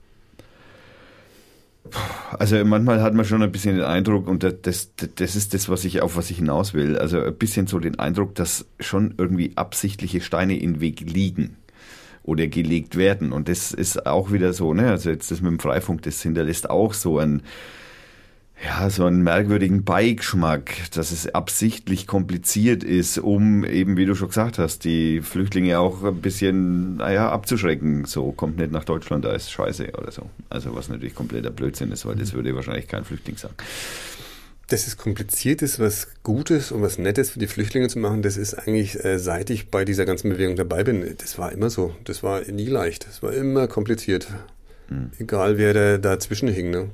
also manchmal hat man schon ein bisschen den Eindruck, und das, das, das ist das, was ich, auf was ich hinaus will, also ein bisschen so den Eindruck, dass schon irgendwie absichtliche Steine im Weg liegen oder gelegt werden. Und das ist auch wieder so, ne, also jetzt das mit dem Freifunk, das hinterlässt auch so ein Ja, so einen merkwürdigen Beigeschmack, dass es absichtlich kompliziert ist, um eben, wie du schon gesagt hast, die Flüchtlinge auch ein bisschen, naja, abzuschrecken. So, kommt nicht nach Deutschland, da ist Scheiße oder so. Also was natürlich kompletter Blödsinn ist, weil das würde wahrscheinlich kein Flüchtling sagen. Dass es kompliziert ist, was Gutes und was Nettes für die Flüchtlinge zu machen, das ist eigentlich, äh, seit ich bei dieser ganzen Bewegung dabei bin, das war immer so. Das war nie leicht. Das war immer kompliziert. Hm. Egal, wer da dazwischen hing, ne?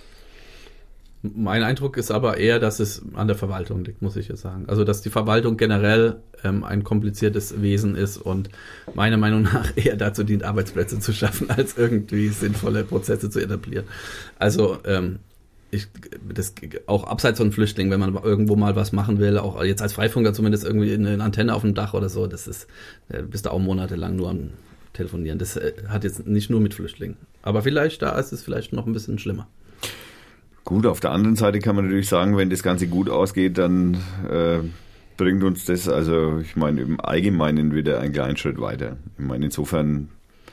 Mein Eindruck ist aber eher, dass es an der Verwaltung liegt, muss ich jetzt sagen. Also, dass die Verwaltung generell ähm, ein kompliziertes Wesen ist und meiner Meinung nach eher dazu dient, Arbeitsplätze zu schaffen, als irgendwie sinnvolle Prozesse zu etablieren. Also, ähm, ich, das, auch abseits von Flüchtlingen, wenn man irgendwo mal was machen will, auch jetzt als Freifunker zumindest irgendwie eine Antenne auf dem Dach oder so, das ist, äh, bist du auch monatelang nur am Telefonieren. Das äh, hat jetzt nicht nur mit Flüchtlingen. Aber vielleicht, da ist es vielleicht noch ein bisschen schlimmer. Gut, auf der anderen Seite kann man natürlich sagen, wenn das Ganze gut ausgeht, dann äh, bringt uns das, also ich meine, im Allgemeinen wieder einen kleinen Schritt weiter. Ich meine, insofern...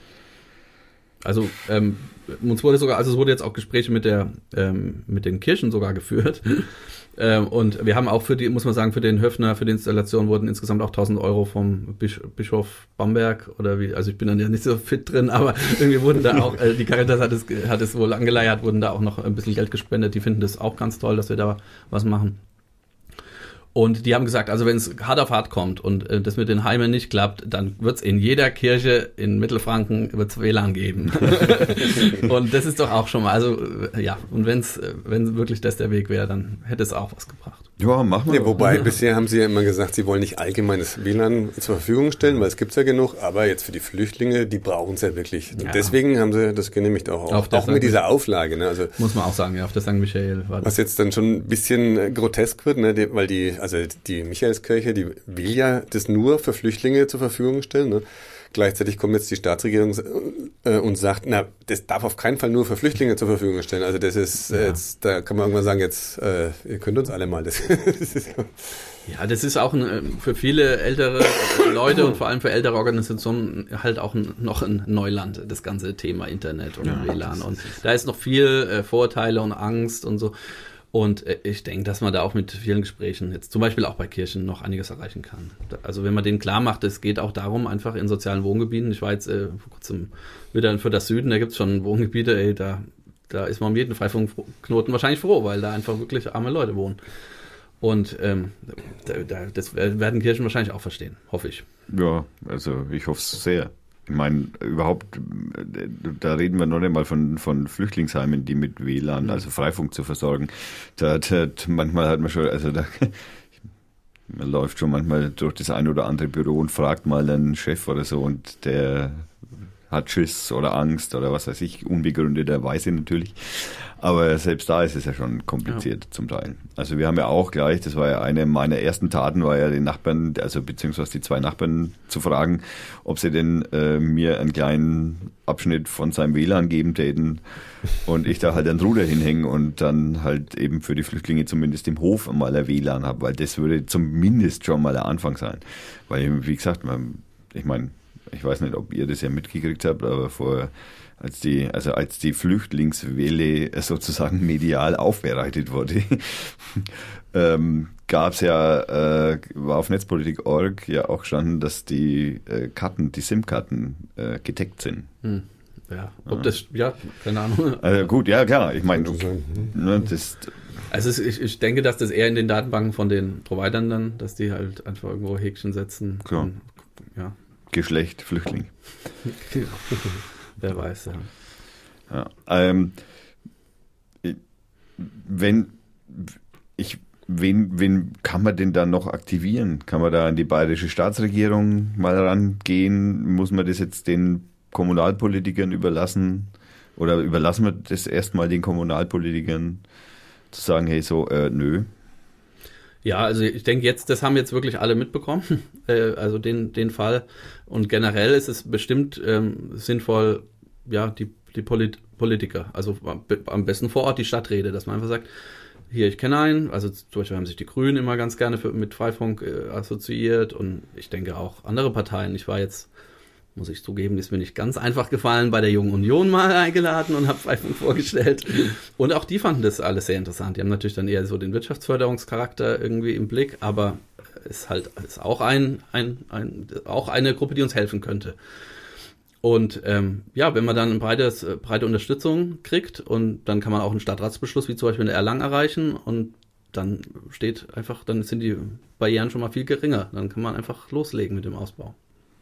Also ähm, uns wurde sogar, also es wurde jetzt auch Gespräche mit der ähm, mit den Kirchen sogar geführt. ähm, und wir haben auch für die, muss man sagen, für den Höfner, für die Installation wurden insgesamt auch tausend Euro vom Bisch, Bischof Bamberg oder wie, also ich bin dann ja nicht so fit drin, aber irgendwie wurden da auch, äh, die Caritas hat es, hat es wohl angeleiert, wurden da auch noch ein bisschen Geld gespendet. Die finden das auch ganz toll, dass wir da was machen. Und die haben gesagt, also wenn es hart auf hart kommt und äh, das mit den Heimen nicht klappt, dann wird es in jeder Kirche in Mittelfranken wird's W L A N geben. Und das ist doch auch schon mal, also äh, ja, und wenn's, äh, wenn wirklich das der Weg wäre, dann hätte es auch was gebracht. Ja, machen wir. Ja, wobei, bisher haben sie ja immer gesagt, sie wollen nicht allgemeines W L A N zur Verfügung stellen, weil es gibt's ja genug, aber jetzt für die Flüchtlinge, die brauchen es ja wirklich. Ja. Deswegen haben sie das genehmigt auch, auch, auch mit dieser Auflage. Ne? Also, muss man auch sagen, ja, auf der Sankt Michael war das. Was jetzt dann schon ein bisschen grotesk wird, ne? die, weil die, also die Michaelskirche, die will ja das nur für Flüchtlinge zur Verfügung stellen. Ne? Gleichzeitig kommt jetzt die Staatsregierung äh, und sagt, na, das darf auf keinen Fall nur für Flüchtlinge zur Verfügung stellen. Also das ist ja. jetzt, da kann man irgendwann sagen, jetzt, äh, ihr könnt uns alle mal. Das, das ist ja. Ja, das ist auch ein, für viele ältere Leute und vor allem für ältere Organisationen halt auch ein, noch ein Neuland, das ganze Thema Internet und ja, W L A N. Und da ist noch viel äh, Vorurteile und Angst und so. Und äh, ich denke, dass man da auch mit vielen Gesprächen, jetzt zum Beispiel auch bei Kirchen, noch einiges erreichen kann. Also wenn man denen klar macht, es geht auch darum, einfach in sozialen Wohngebieten, ich war jetzt äh, vor kurzem wieder für das Süden, da gibt es schon Wohngebiete, ey, da, da ist man um jeden Freifunkknoten wahrscheinlich froh, weil da einfach wirklich arme Leute wohnen. Und ähm, da, da, das werden Kirchen wahrscheinlich auch verstehen, hoffe ich. Ja, also ich hoffe es sehr. Ich meine, überhaupt, da reden wir noch nicht mal von, von Flüchtlingsheimen, die mit W L A N, also Freifunk zu versorgen. Da, da manchmal hat man schon, also da man läuft schon manchmal durch das ein oder andere Büro und fragt mal einen Chef oder so und der hat Schiss oder Angst oder was weiß ich, unbegründeterweise natürlich. Aber selbst da ist es ja schon kompliziert ja. zum Teil. Also wir haben ja auch gleich, das war ja eine meiner ersten Taten, war ja den Nachbarn, also beziehungsweise die zwei Nachbarn zu fragen, ob sie denn äh, mir einen kleinen Abschnitt von seinem W L A N geben täten und ich da halt einen Ruder hinhängen und dann halt eben für die Flüchtlinge zumindest im Hof mal ein W L A N habe, weil das würde zumindest schon mal der Anfang sein. Weil, wie gesagt, man, ich meine, ich weiß nicht, ob ihr das ja mitgekriegt habt, aber vor als die, also als die Flüchtlingswelle sozusagen medial aufbereitet wurde, ähm, gab es ja, äh, war auf netzpolitik punkt org ja auch gestanden, dass die äh, Karten, die SIM-Karten äh, getaggt sind. Hm. Ja, ob ja. das, ja, keine Ahnung. Also gut, ja klar, ich meine, ne, das... Also es, ich, ich denke, dass das eher in den Datenbanken von den Providern dann, dass die halt einfach irgendwo Häkchen setzen. Klar. Und, ja. Geschlecht, Flüchtling. Wer weiß, ja. ja ähm, wenn ich, wen, wen kann man denn da noch aktivieren? Kann man da an die bayerische Staatsregierung mal rangehen? Muss man das jetzt den Kommunalpolitikern überlassen? Oder überlassen wir das erstmal den Kommunalpolitikern zu sagen, hey, so, äh, nö? Ja, also ich denke jetzt, das haben jetzt wirklich alle mitbekommen, äh, also den, den Fall. Und generell ist es bestimmt ähm, sinnvoll, ja, die, die Polit- Politiker, also am besten vor Ort die Stadträte, dass man einfach sagt, hier, ich kenne einen, also zum Beispiel haben sich die Grünen immer ganz gerne für, mit Freifunk äh, assoziiert und ich denke auch andere Parteien. Ich war jetzt, muss ich zugeben, ist mir nicht ganz einfach gefallen, bei der Jungen Union mal eingeladen und habe Freifunk vorgestellt. Und auch die fanden das alles sehr interessant. Die haben natürlich dann eher so den Wirtschaftsförderungscharakter irgendwie im Blick, aber es ist halt ist auch, ein, ein, ein, auch eine Gruppe, die uns helfen könnte. Und ähm, ja, wenn man dann eine breite, breite Unterstützung kriegt und dann kann man auch einen Stadtratsbeschluss wie zum Beispiel in Erlangen erreichen und dann steht einfach, dann sind die Barrieren schon mal viel geringer. Dann kann man einfach loslegen mit dem Ausbau.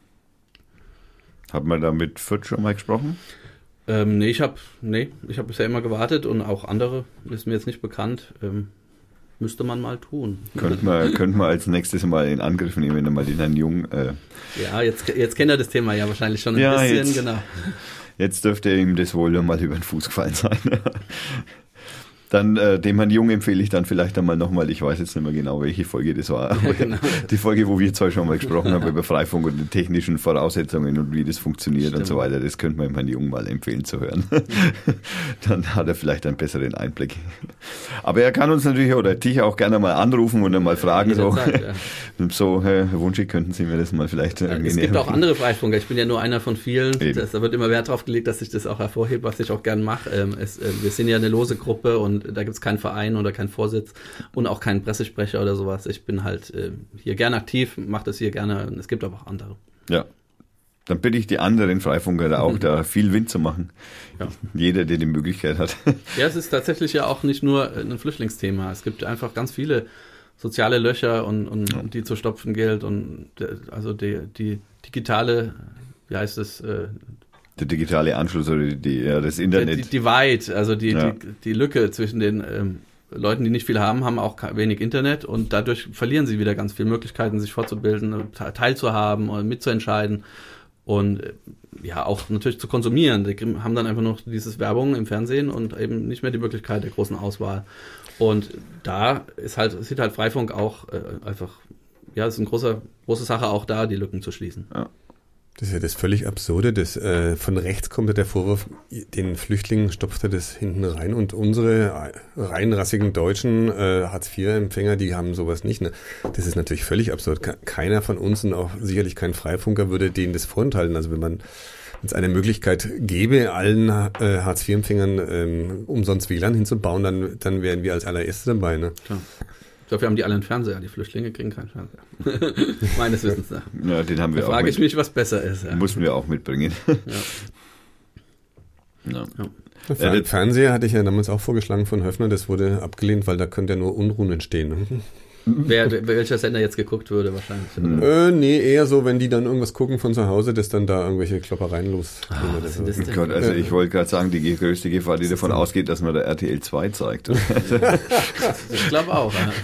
Hat man da mit Fürth schon mal gesprochen? Ähm, nee, ich habe nee, ich hab bisher immer gewartet und auch andere, ist mir jetzt nicht bekannt, ähm, müsste man mal tun. Könnte man, könnte man als nächstes mal in Angriff nehmen, wenn er mal den Herrn Jung... Äh ja, jetzt, jetzt kennt er das Thema ja wahrscheinlich schon ein ja, bisschen, jetzt, genau. Jetzt dürfte ihm das wohl mal über den Fuß gefallen sein. Dann äh, dem Herrn Jung empfehle ich dann vielleicht einmal nochmal, ich weiß jetzt nicht mehr genau, welche Folge das war, aber ja, genau. Die Folge, wo wir zwei schon mal gesprochen haben über Freifunk und die technischen Voraussetzungen und wie das funktioniert Stimmt. und so weiter, das könnte man dem Herrn Jung mal empfehlen zu hören. Dann hat er vielleicht einen besseren Einblick. Aber er kann uns natürlich oder dich auch gerne mal anrufen und dann mal fragen, ja, so, Zeit, ja. so Herr Wunschig, könnten Sie mir das mal vielleicht ja, irgendwie Es gibt auch andere Freifunker, ich bin ja nur einer von vielen, das, da wird immer Wert drauf gelegt, dass ich das auch hervorhebe, was ich auch gern mache. Ähm, es, äh, wir sind ja eine lose Gruppe und da gibt es keinen Verein oder keinen Vorsitz und auch keinen Pressesprecher oder sowas. Ich bin halt äh, hier gerne aktiv, mache das hier gerne. Es gibt aber auch andere. Ja, dann bitte ich die anderen Freifunker da auch, da viel Wind zu machen. Ja. Jeder, der die Möglichkeit hat. Ja, es ist tatsächlich ja auch nicht nur ein Flüchtlingsthema. Es gibt einfach ganz viele soziale Löcher und, und ja. die zu stopfen gilt und also die, die digitale, wie heißt es, äh, der digitale Anschluss oder die, die, ja, das Internet. Die, die Divide, also die, ja. die, die Lücke zwischen den ähm, Leuten, die nicht viel haben, haben auch wenig Internet und dadurch verlieren sie wieder ganz viele Möglichkeiten, sich fortzubilden, teilzuhaben und mitzuentscheiden und ja, auch natürlich zu konsumieren. Die haben dann einfach noch dieses Werbung im Fernsehen und eben nicht mehr die Möglichkeit der großen Auswahl. Und da ist halt, sieht halt Freifunk auch äh, einfach, ja, es ist eine große, große Sache auch da, die Lücken zu schließen. Ja. Das ist ja das völlig Absurde. Das, äh, von rechts kommt ja der Vorwurf, den Flüchtlingen stopft er das hinten rein und unsere reinrassigen deutschen äh, Hartz vier Empfänger, die haben sowas nicht. Ne? Das ist natürlich völlig absurd. Keiner von uns und auch sicherlich kein Freifunker würde denen das vorenthalten. Also wenn man es eine Möglichkeit gäbe, allen äh, Hartz vier Empfängern ähm, umsonst W L A N hinzubauen, dann, dann wären wir als allererste dabei. Ne? Klar. Dafür haben die alle einen Fernseher. Die Flüchtlinge kriegen keinen Fernseher. Meines Wissens nach. Ja, den haben wir da auch. frage mit, ich mich, was besser ist. Ja. Mussten wir auch mitbringen. Ja. Ja. Ja. Fer- äh, Fernseher hatte ich ja damals auch vorgeschlagen von Höfner. Das wurde abgelehnt, weil da könnte ja nur Unruhen entstehen. Wer, welcher Sender jetzt geguckt würde wahrscheinlich. Äh, nee, eher so, wenn die dann irgendwas gucken von zu Hause, dass dann da irgendwelche Kloppereien los. Ah, was sind das Oh denn? Gott, also ich wollte gerade sagen, die größte Gefahr, die davon ausgeht, dass man da R T L zwei zeigt. Ich glaube auch. Ja.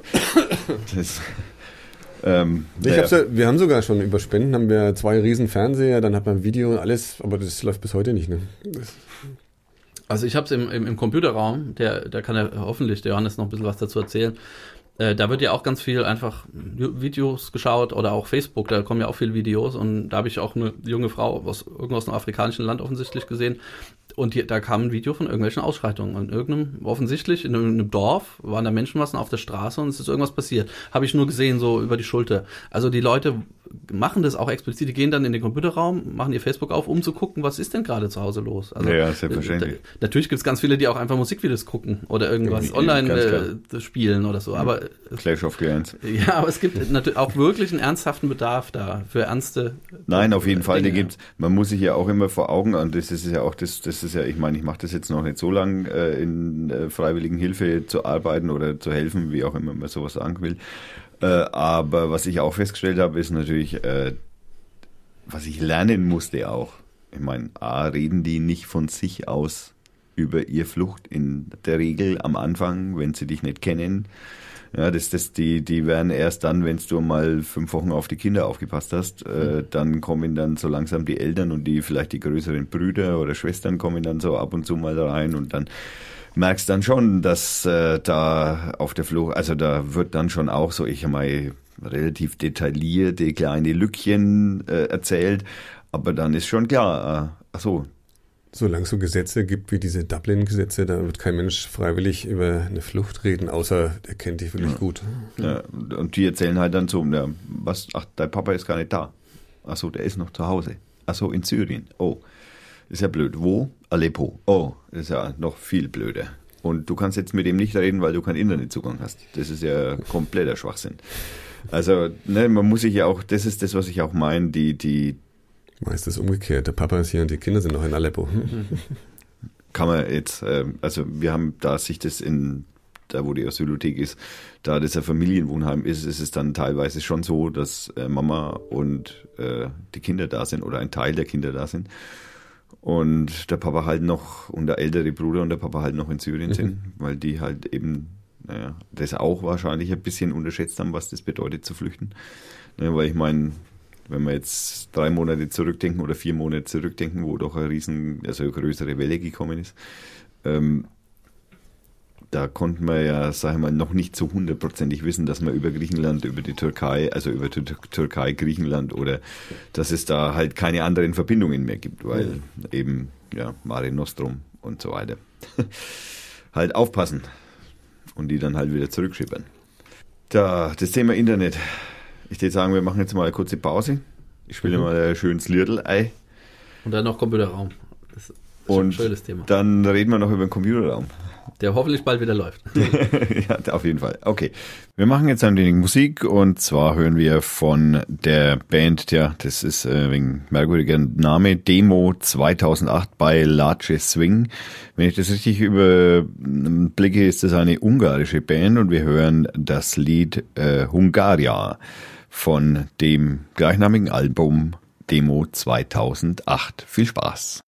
Das, ähm, Ich naja. hab's ja, wir haben sogar schon über Spenden, haben wir zwei riesen Fernseher, dann hat man Video und alles, aber das läuft bis heute nicht. Ne? Das, Also ich habe es im, im, im Computerraum, der, da kann ja hoffentlich der Johannes noch ein bisschen was dazu erzählen. Äh, da wird ja auch ganz viel einfach Videos geschaut oder auch Facebook, da kommen ja auch viele Videos und da habe ich auch eine junge Frau aus irgendwas aus einem afrikanischen Land offensichtlich gesehen und die, da kam ein Video von irgendwelchen Ausschreitungen in irgendeinem, offensichtlich in irgendeinem Dorf waren da Menschenmassen auf der Straße und es ist irgendwas passiert. Habe ich nur gesehen, so über die Schulter. Also die Leute machen das auch explizit, die gehen dann in den Computerraum, machen ihr Facebook auf, um zu gucken, was ist denn gerade zu Hause los. Also, ja, selbstverständlich. Da, natürlich gibt es ganz viele, die auch einfach Musikvideos gucken oder irgendwas Ja, online äh, spielen oder so, aber Clash of Clans. ja, aber es gibt natürlich auch wirklich einen ernsthaften Bedarf da für ernste. Nein, auf jeden Fall, Dinge. die gibt's. Man muss sich ja auch immer vor Augen, und das ist ja auch das, das ist ja, ich meine, ich mache das jetzt noch nicht so lang, äh, in äh, freiwilligen Hilfe zu arbeiten oder zu helfen, wie auch immer man sowas sagen will. Äh, aber was ich auch festgestellt habe, ist natürlich, äh, was ich lernen musste auch. Ich meine, A, reden die nicht von sich aus über ihre Flucht in der Regel am Anfang, wenn sie dich nicht kennen. Ja, das, das, die, die werden erst dann, wenn du mal fünf Wochen auf die Kinder aufgepasst hast, äh, dann kommen dann so langsam die Eltern und die vielleicht die größeren Brüder oder Schwestern kommen dann so ab und zu mal rein und dann merkst dann schon, dass äh, da auf der Flucht, also da wird dann schon auch so, ich mal relativ detaillierte kleine Lückchen äh, erzählt, aber dann ist schon klar, äh, ach so, solange es so Gesetze gibt wie diese Dublin-Gesetze, da wird kein Mensch freiwillig über eine Flucht reden, außer der kennt dich wirklich ja. gut. Ja, und die erzählen halt dann so, ja, was, ach, dein Papa ist gar nicht da. Ach so, der ist noch zu Hause. Ach so, in Syrien. Oh, ist ja blöd. Wo? Aleppo. Oh, das ist ja noch viel blöder. Und du kannst jetzt mit dem nicht reden, weil du keinen Internetzugang hast. Das ist ja kompletter Schwachsinn. Also, ne, man muss sich ja auch, das ist das, was ich auch meine, die, die, Meist ist umgekehrt. Der Papa ist hier und die Kinder sind noch in Aleppo. kann man jetzt, äh, also wir haben, da sich das in, da wo die Asylothek ist, da das ein Familienwohnheim ist, ist es dann teilweise schon so, dass äh, Mama und äh, die Kinder da sind oder ein Teil der Kinder da sind und der Papa halt noch und der ältere Bruder und der Papa halt noch in Syrien mhm. sind, weil die halt eben, naja, das auch wahrscheinlich ein bisschen unterschätzt haben, was das bedeutet zu flüchten. Ne, weil ich meine, wenn wir jetzt drei Monate zurückdenken oder vier Monate zurückdenken, wo doch eine riesen, also eine größere Welle gekommen ist, ähm, da konnten wir ja, sag ich mal, noch nicht so hundertprozentig wissen, dass man über Griechenland, über die Türkei, also über die Türkei, Griechenland oder dass es da halt keine anderen Verbindungen mehr gibt, weil mhm. eben, ja, Mare Nostrum und so weiter. Halt aufpassen und die dann halt wieder zurückschippern. Da, das Thema Internet. Ich würde sagen, wir machen jetzt mal eine kurze Pause. Ich spiele mhm. mal ein schönes Liedl-Ei. Und dann noch Computerraum. Das ist und ein schönes Thema. Dann reden wir noch über den Computerraum. Der hoffentlich bald wieder läuft. Ja, auf jeden Fall. Okay. Wir machen jetzt ein wenig Musik und zwar hören wir von der Band, ja, das ist äh, wegen merkwürdiger Name, Demo zweitausendacht bei Large Swing. Wenn ich das richtig überblicke, ist das eine ungarische Band und wir hören das Lied äh, Hungaria von dem gleichnamigen Album Demo zweitausendacht. Viel Spaß.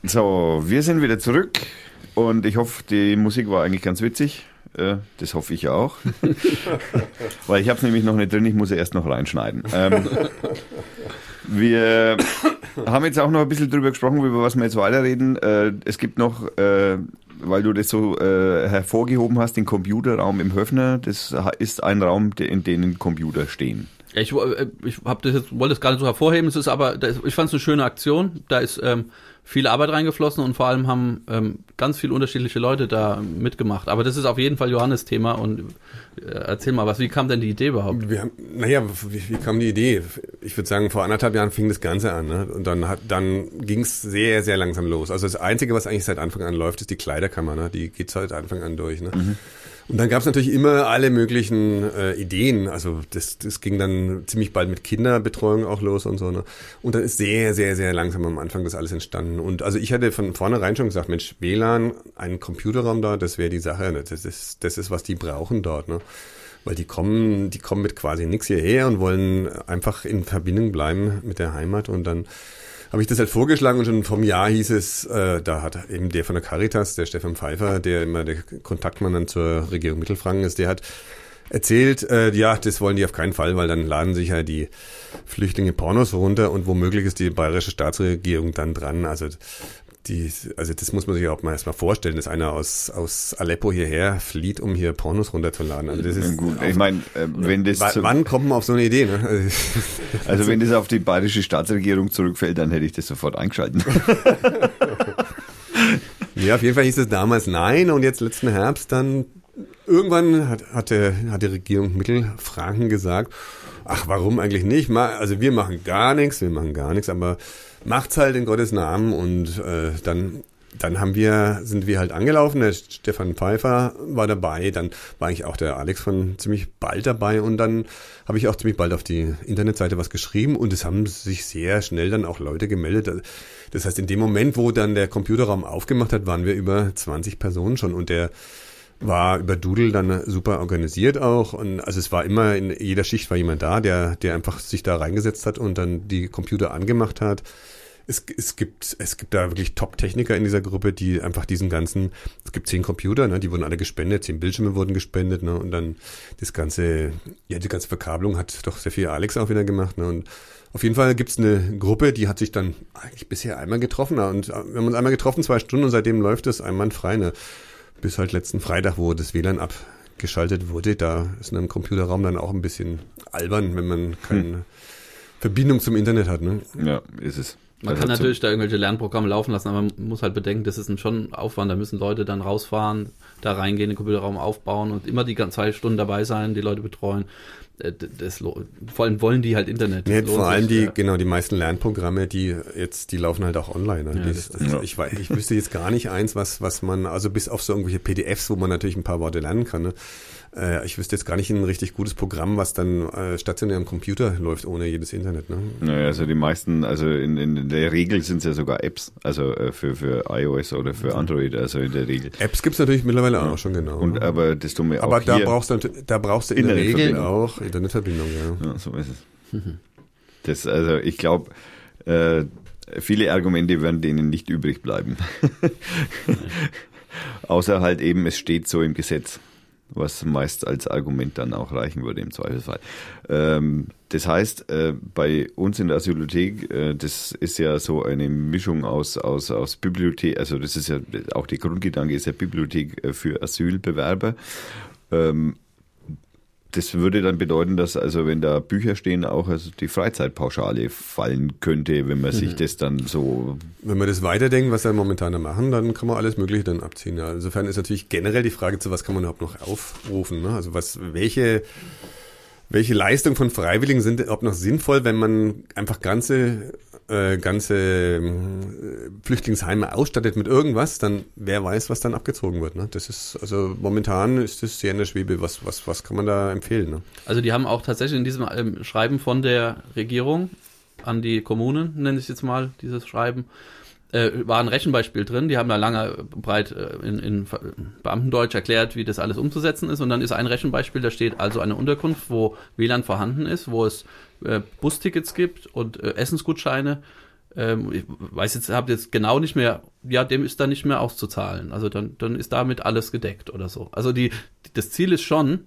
So, wir sind wieder zurück und ich hoffe, die Musik war eigentlich ganz witzig. Äh, das hoffe ich auch. Weil ich habe es nämlich noch nicht drin, ich muss ja erst noch reinschneiden. Ähm, wir haben jetzt auch noch ein bisschen drüber gesprochen, über was wir jetzt weiterreden. Äh, es gibt noch, äh, weil du das so äh, hervorgehoben hast, den Computerraum im Höfner. Das ist ein Raum, in dem Computer stehen. Ja, ich ich hab das jetzt, wollte es gar nicht so hervorheben, es ist aber, das, ich fand es eine schöne Aktion, da ist ähm, viel Arbeit reingeflossen und vor allem haben ähm, ganz viele unterschiedliche Leute da mitgemacht. Aber das ist auf jeden Fall Johannes Thema und äh, erzähl mal was, wie kam denn die Idee überhaupt? Wir haben, naja, wie, wie kam die Idee? Ich würde sagen, vor anderthalb Jahren fing das Ganze an, ne? Und dann hat, dann ging es sehr, sehr langsam los. Also das Einzige, was eigentlich seit Anfang an läuft, ist die Kleiderkammer, ne? Die geht seit Anfang an durch, ne? Mhm. Und dann gab es natürlich immer alle möglichen äh, Ideen. Also das, das ging dann ziemlich bald mit Kinderbetreuung auch los und so. Ne? Und dann ist sehr, sehr, sehr langsam am Anfang das alles entstanden. Und also ich hatte von vornherein schon gesagt, Mensch, W L A N, ein Computerraum da, das wäre die Sache. Ne? Das ist, das ist, was die brauchen dort. Ne? Weil die kommen, die kommen mit quasi nichts hierher und wollen einfach in Verbindung bleiben mit der Heimat. Und dann habe ich das halt vorgeschlagen und schon vom Jahr hieß es, äh, da hat eben der von der Caritas, der Stefan Pfeiffer, der immer der Kontaktmann dann zur Regierung Mittelfranken ist, der hat erzählt, äh, ja, das wollen die auf keinen Fall, weil dann laden sich ja die Flüchtlinge Pornos runter und womöglich ist die bayerische Staatsregierung dann dran. Also die, also das muss man sich auch mal erstmal vorstellen, dass einer aus aus Aleppo hierher flieht, um hier Pornos runterzuladen. Also das ist gut. Ich meine, äh, wenn das w- wann kommt man auf so eine Idee? Ne? Also, also wenn das auf die bayerische Staatsregierung zurückfällt, dann hätte ich das sofort eingeschalten. Ja, auf jeden Fall hieß es damals nein und jetzt letzten Herbst dann irgendwann hat hat, der, hat die Regierung Mittelfranken gesagt, ach, warum eigentlich nicht? Also wir machen gar nichts, wir machen gar nichts, aber macht's halt in Gottes Namen und äh, dann dann haben wir sind wir halt angelaufen, der Stefan Pfeiffer war dabei, dann war eigentlich auch der Alex von ziemlich bald dabei und dann habe ich auch ziemlich bald auf die Internetseite was geschrieben und es haben sich sehr schnell dann auch Leute gemeldet. Das heißt, in dem Moment, wo dann der Computerraum aufgemacht hat, waren wir über zwanzig Personen schon und der war über Doodle dann super organisiert auch und also es war immer in jeder Schicht war jemand da, der der einfach sich da reingesetzt hat und dann die Computer angemacht hat. Es, es gibt es gibt da wirklich Top-Techniker in dieser Gruppe, die einfach diesen ganzen, es gibt zehn Computer, ne, die wurden alle gespendet, zehn Bildschirme wurden gespendet, ne, und dann das ganze, ja, die ganze Verkabelung hat doch sehr viel Alex auch wieder gemacht, ne, und auf jeden Fall gibt's eine Gruppe, die hat sich dann eigentlich bisher einmal getroffen, ne, und wir haben uns einmal getroffen, zwei Stunden und seitdem läuft es einwandfrei, ne, bis halt letzten Freitag, wo das W L A N abgeschaltet wurde, da ist in einem Computerraum dann auch ein bisschen albern, wenn man keine hm. Verbindung zum Internet hat, ne. Ja, ist es. Man also kann natürlich da irgendwelche Lernprogramme laufen lassen, aber man muss halt bedenken, das ist ein schon Aufwand, da müssen Leute dann rausfahren, da reingehen, den Computerraum aufbauen und immer die ganzen zwei Stunden dabei sein, die Leute betreuen. Das, vor allem wollen die halt Internet. Nee, vor allem die, ja. genau, die meisten Lernprogramme, die jetzt, die laufen halt auch online. Ne? Ja, das, das, ja. ich, weiß, ich wüsste jetzt gar nicht eins, was, was man, also bis auf so irgendwelche P D Fs, wo man natürlich ein paar Worte lernen kann, ne? Äh, ich wüsste jetzt gar nicht ein richtig gutes Programm, was dann äh, stationär am Computer läuft, ohne jedes Internet. Ne? Naja, also die meisten, also in, in der Regel sind es ja sogar Apps, also äh, für, für iOS oder für Android, also in der Regel. Apps gibt's natürlich mittlerweile ja. auch schon, genau. Und aber das tun wir auch Aber da hier brauchst du, da brauchst du in der Regel auch Internetverbindung, ja. Ja, so ist es. Das, also ich glaube, äh, viele Argumente werden denen nicht übrig bleiben. Außer halt eben, es steht so im Gesetz, was meist als Argument dann auch reichen würde im Zweifelsfall. Ähm, das heißt, äh, bei uns in der Asylothek, äh, das ist ja so eine Mischung aus, aus, aus Bibliothek, also das ist ja auch der Grundgedanke, ist ja Bibliothek für Asylbewerber. Ähm, Das würde dann bedeuten, dass also wenn da Bücher stehen, auch also die Freizeitpauschale fallen könnte, wenn man mhm. sich das dann so... Wenn wir das weiterdenken, was wir momentan da machen, dann kann man alles Mögliche dann abziehen. Ja. Insofern ist natürlich generell die Frage, zu was kann man überhaupt noch aufrufen. Ne? Also was, welche, welche Leistung von Freiwilligen sind überhaupt noch sinnvoll, wenn man einfach ganze... ganze Flüchtlingsheime ausstattet mit irgendwas, dann wer weiß, was dann abgezogen wird. Ne? Das ist, also momentan ist das sehr in der Schwebe. Was, was, was kann man da empfehlen? Ne? Also die haben auch tatsächlich in diesem ähm, Schreiben von der Regierung an die Kommunen, nenne ich es jetzt mal, dieses Schreiben, äh, war ein Rechenbeispiel drin. Die haben da lange breit äh, in, in Beamtendeutsch erklärt, wie das alles umzusetzen ist. Und dann ist ein Rechenbeispiel, da steht also eine Unterkunft, wo W L A N vorhanden ist, wo es äh, Bustickets gibt und äh, Essensgutscheine ähm, ich weiß jetzt, habt jetzt genau nicht mehr, ja, dem ist dann nicht mehr auszuzahlen. Also dann, dann ist damit alles gedeckt oder so. Also die, das Ziel ist schon,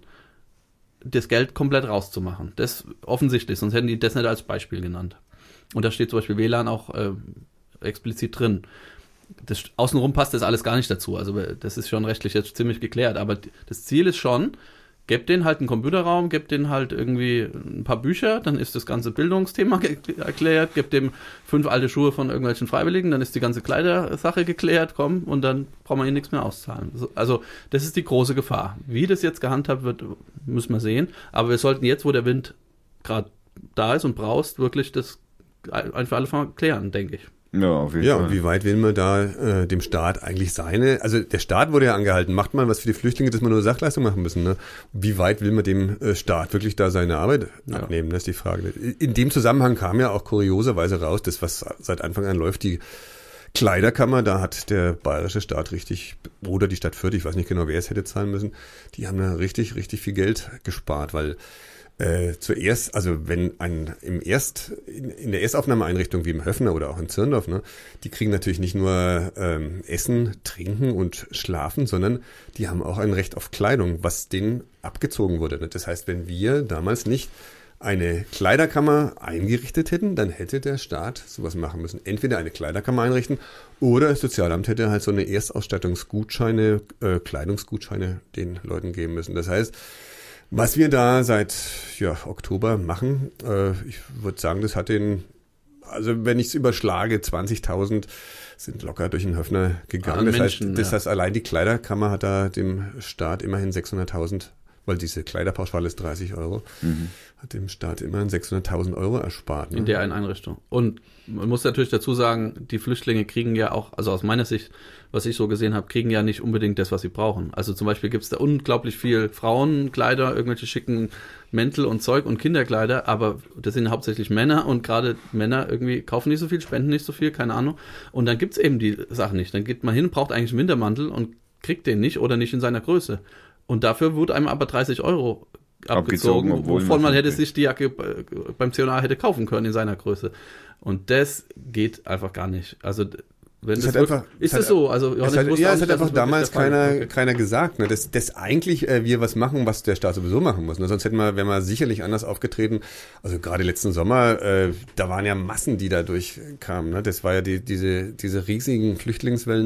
das Geld komplett rauszumachen. Das offensichtlich, sonst hätten die das nicht als Beispiel genannt. Und da steht zum Beispiel W L A N auch äh, explizit drin. Das, außenrum passt das alles gar nicht dazu. Also das ist schon rechtlich jetzt ziemlich geklärt. Aber das Ziel ist schon, gebt denen halt einen Computerraum, gebt denen halt irgendwie ein paar Bücher, dann ist das ganze Bildungsthema ge- erklärt, gebt dem fünf alte Schuhe von irgendwelchen Freiwilligen, dann ist die ganze Kleidersache geklärt, komm, und dann brauchen wir ihnen nichts mehr auszahlen. Also das ist die große Gefahr. Wie das jetzt gehandhabt wird, müssen wir sehen. Aber wir sollten jetzt, wo der Wind gerade da ist und braust, wirklich das ein für alle Mal klären, denke ich. Ja, auf jeden ja, Fall. Und wie weit will man da äh, dem Staat eigentlich seine, also der Staat wurde ja angehalten, macht man was für die Flüchtlinge, dass wir nur Sachleistung machen müssen, ne? Wie weit will man dem äh, Staat wirklich da seine Arbeit ja. abnehmen, das ist die Frage. In dem Zusammenhang kam ja auch kurioserweise raus, das was seit Anfang an läuft, die Kleiderkammer, da hat der bayerische Staat richtig, oder die Stadt Fürth, ich weiß nicht genau, wer es hätte zahlen müssen, die haben da richtig, richtig viel Geld gespart, weil Äh, zuerst, also wenn ein im Erst, in, in der Erstaufnahmeeinrichtung wie im Höfner oder auch in Zirndorf, ne, die kriegen natürlich nicht nur ähm, Essen, Trinken und Schlafen, sondern die haben auch ein Recht auf Kleidung, was denen abgezogen wurde. Ne? Das heißt, wenn wir damals nicht eine Kleiderkammer eingerichtet hätten, dann hätte der Staat sowas machen müssen. Entweder eine Kleiderkammer einrichten oder das Sozialamt hätte halt so eine Erstausstattungsgutscheine, äh, Kleidungsgutscheine den Leuten geben müssen. Das heißt, was wir da seit ja, Oktober machen, äh, ich würde sagen, das hat den, also wenn ich es überschlage, zwanzigtausend sind locker durch den Höfner gegangen. Das, Menschen, heißt, das ja. heißt, allein die Kleiderkammer hat da dem Staat immerhin sechshunderttausend, weil diese Kleiderpauschale ist dreißig Euro, mhm. hat dem Staat immerhin sechshunderttausend Euro erspart. Ne? In der einen Einrichtung. Und man muss natürlich dazu sagen, die Flüchtlinge kriegen ja auch, also aus meiner Sicht, was ich so gesehen habe, kriegen ja nicht unbedingt das, was sie brauchen. Also zum Beispiel gibt es da unglaublich viel Frauenkleider, irgendwelche schicken Mäntel und Zeug und Kinderkleider, aber das sind hauptsächlich Männer und gerade Männer irgendwie kaufen nicht so viel, spenden nicht so viel, keine Ahnung. Und dann gibt es eben die Sachen nicht. Dann geht man hin, braucht eigentlich einen Wintermantel und kriegt den nicht oder nicht in seiner Größe. Und dafür wurde einem aber dreißig Euro abgezogen, abgezogen wovon man hätte sich die Jacke beim C und A hätte kaufen können in seiner Größe. Und das geht einfach gar nicht. Also wenn das das wird, einfach, ist es so? Also es hat, ja, es hat einfach damals keiner, okay. keiner gesagt, ne, dass, dass eigentlich äh, wir was machen, was der Staat sowieso machen muss. Ne? Sonst hätten wir, wären wir sicherlich anders aufgetreten. Also gerade letzten Sommer, äh, da waren ja Massen, die da durchkamen. Ne? Das war ja die, diese, diese riesigen Flüchtlingswellen.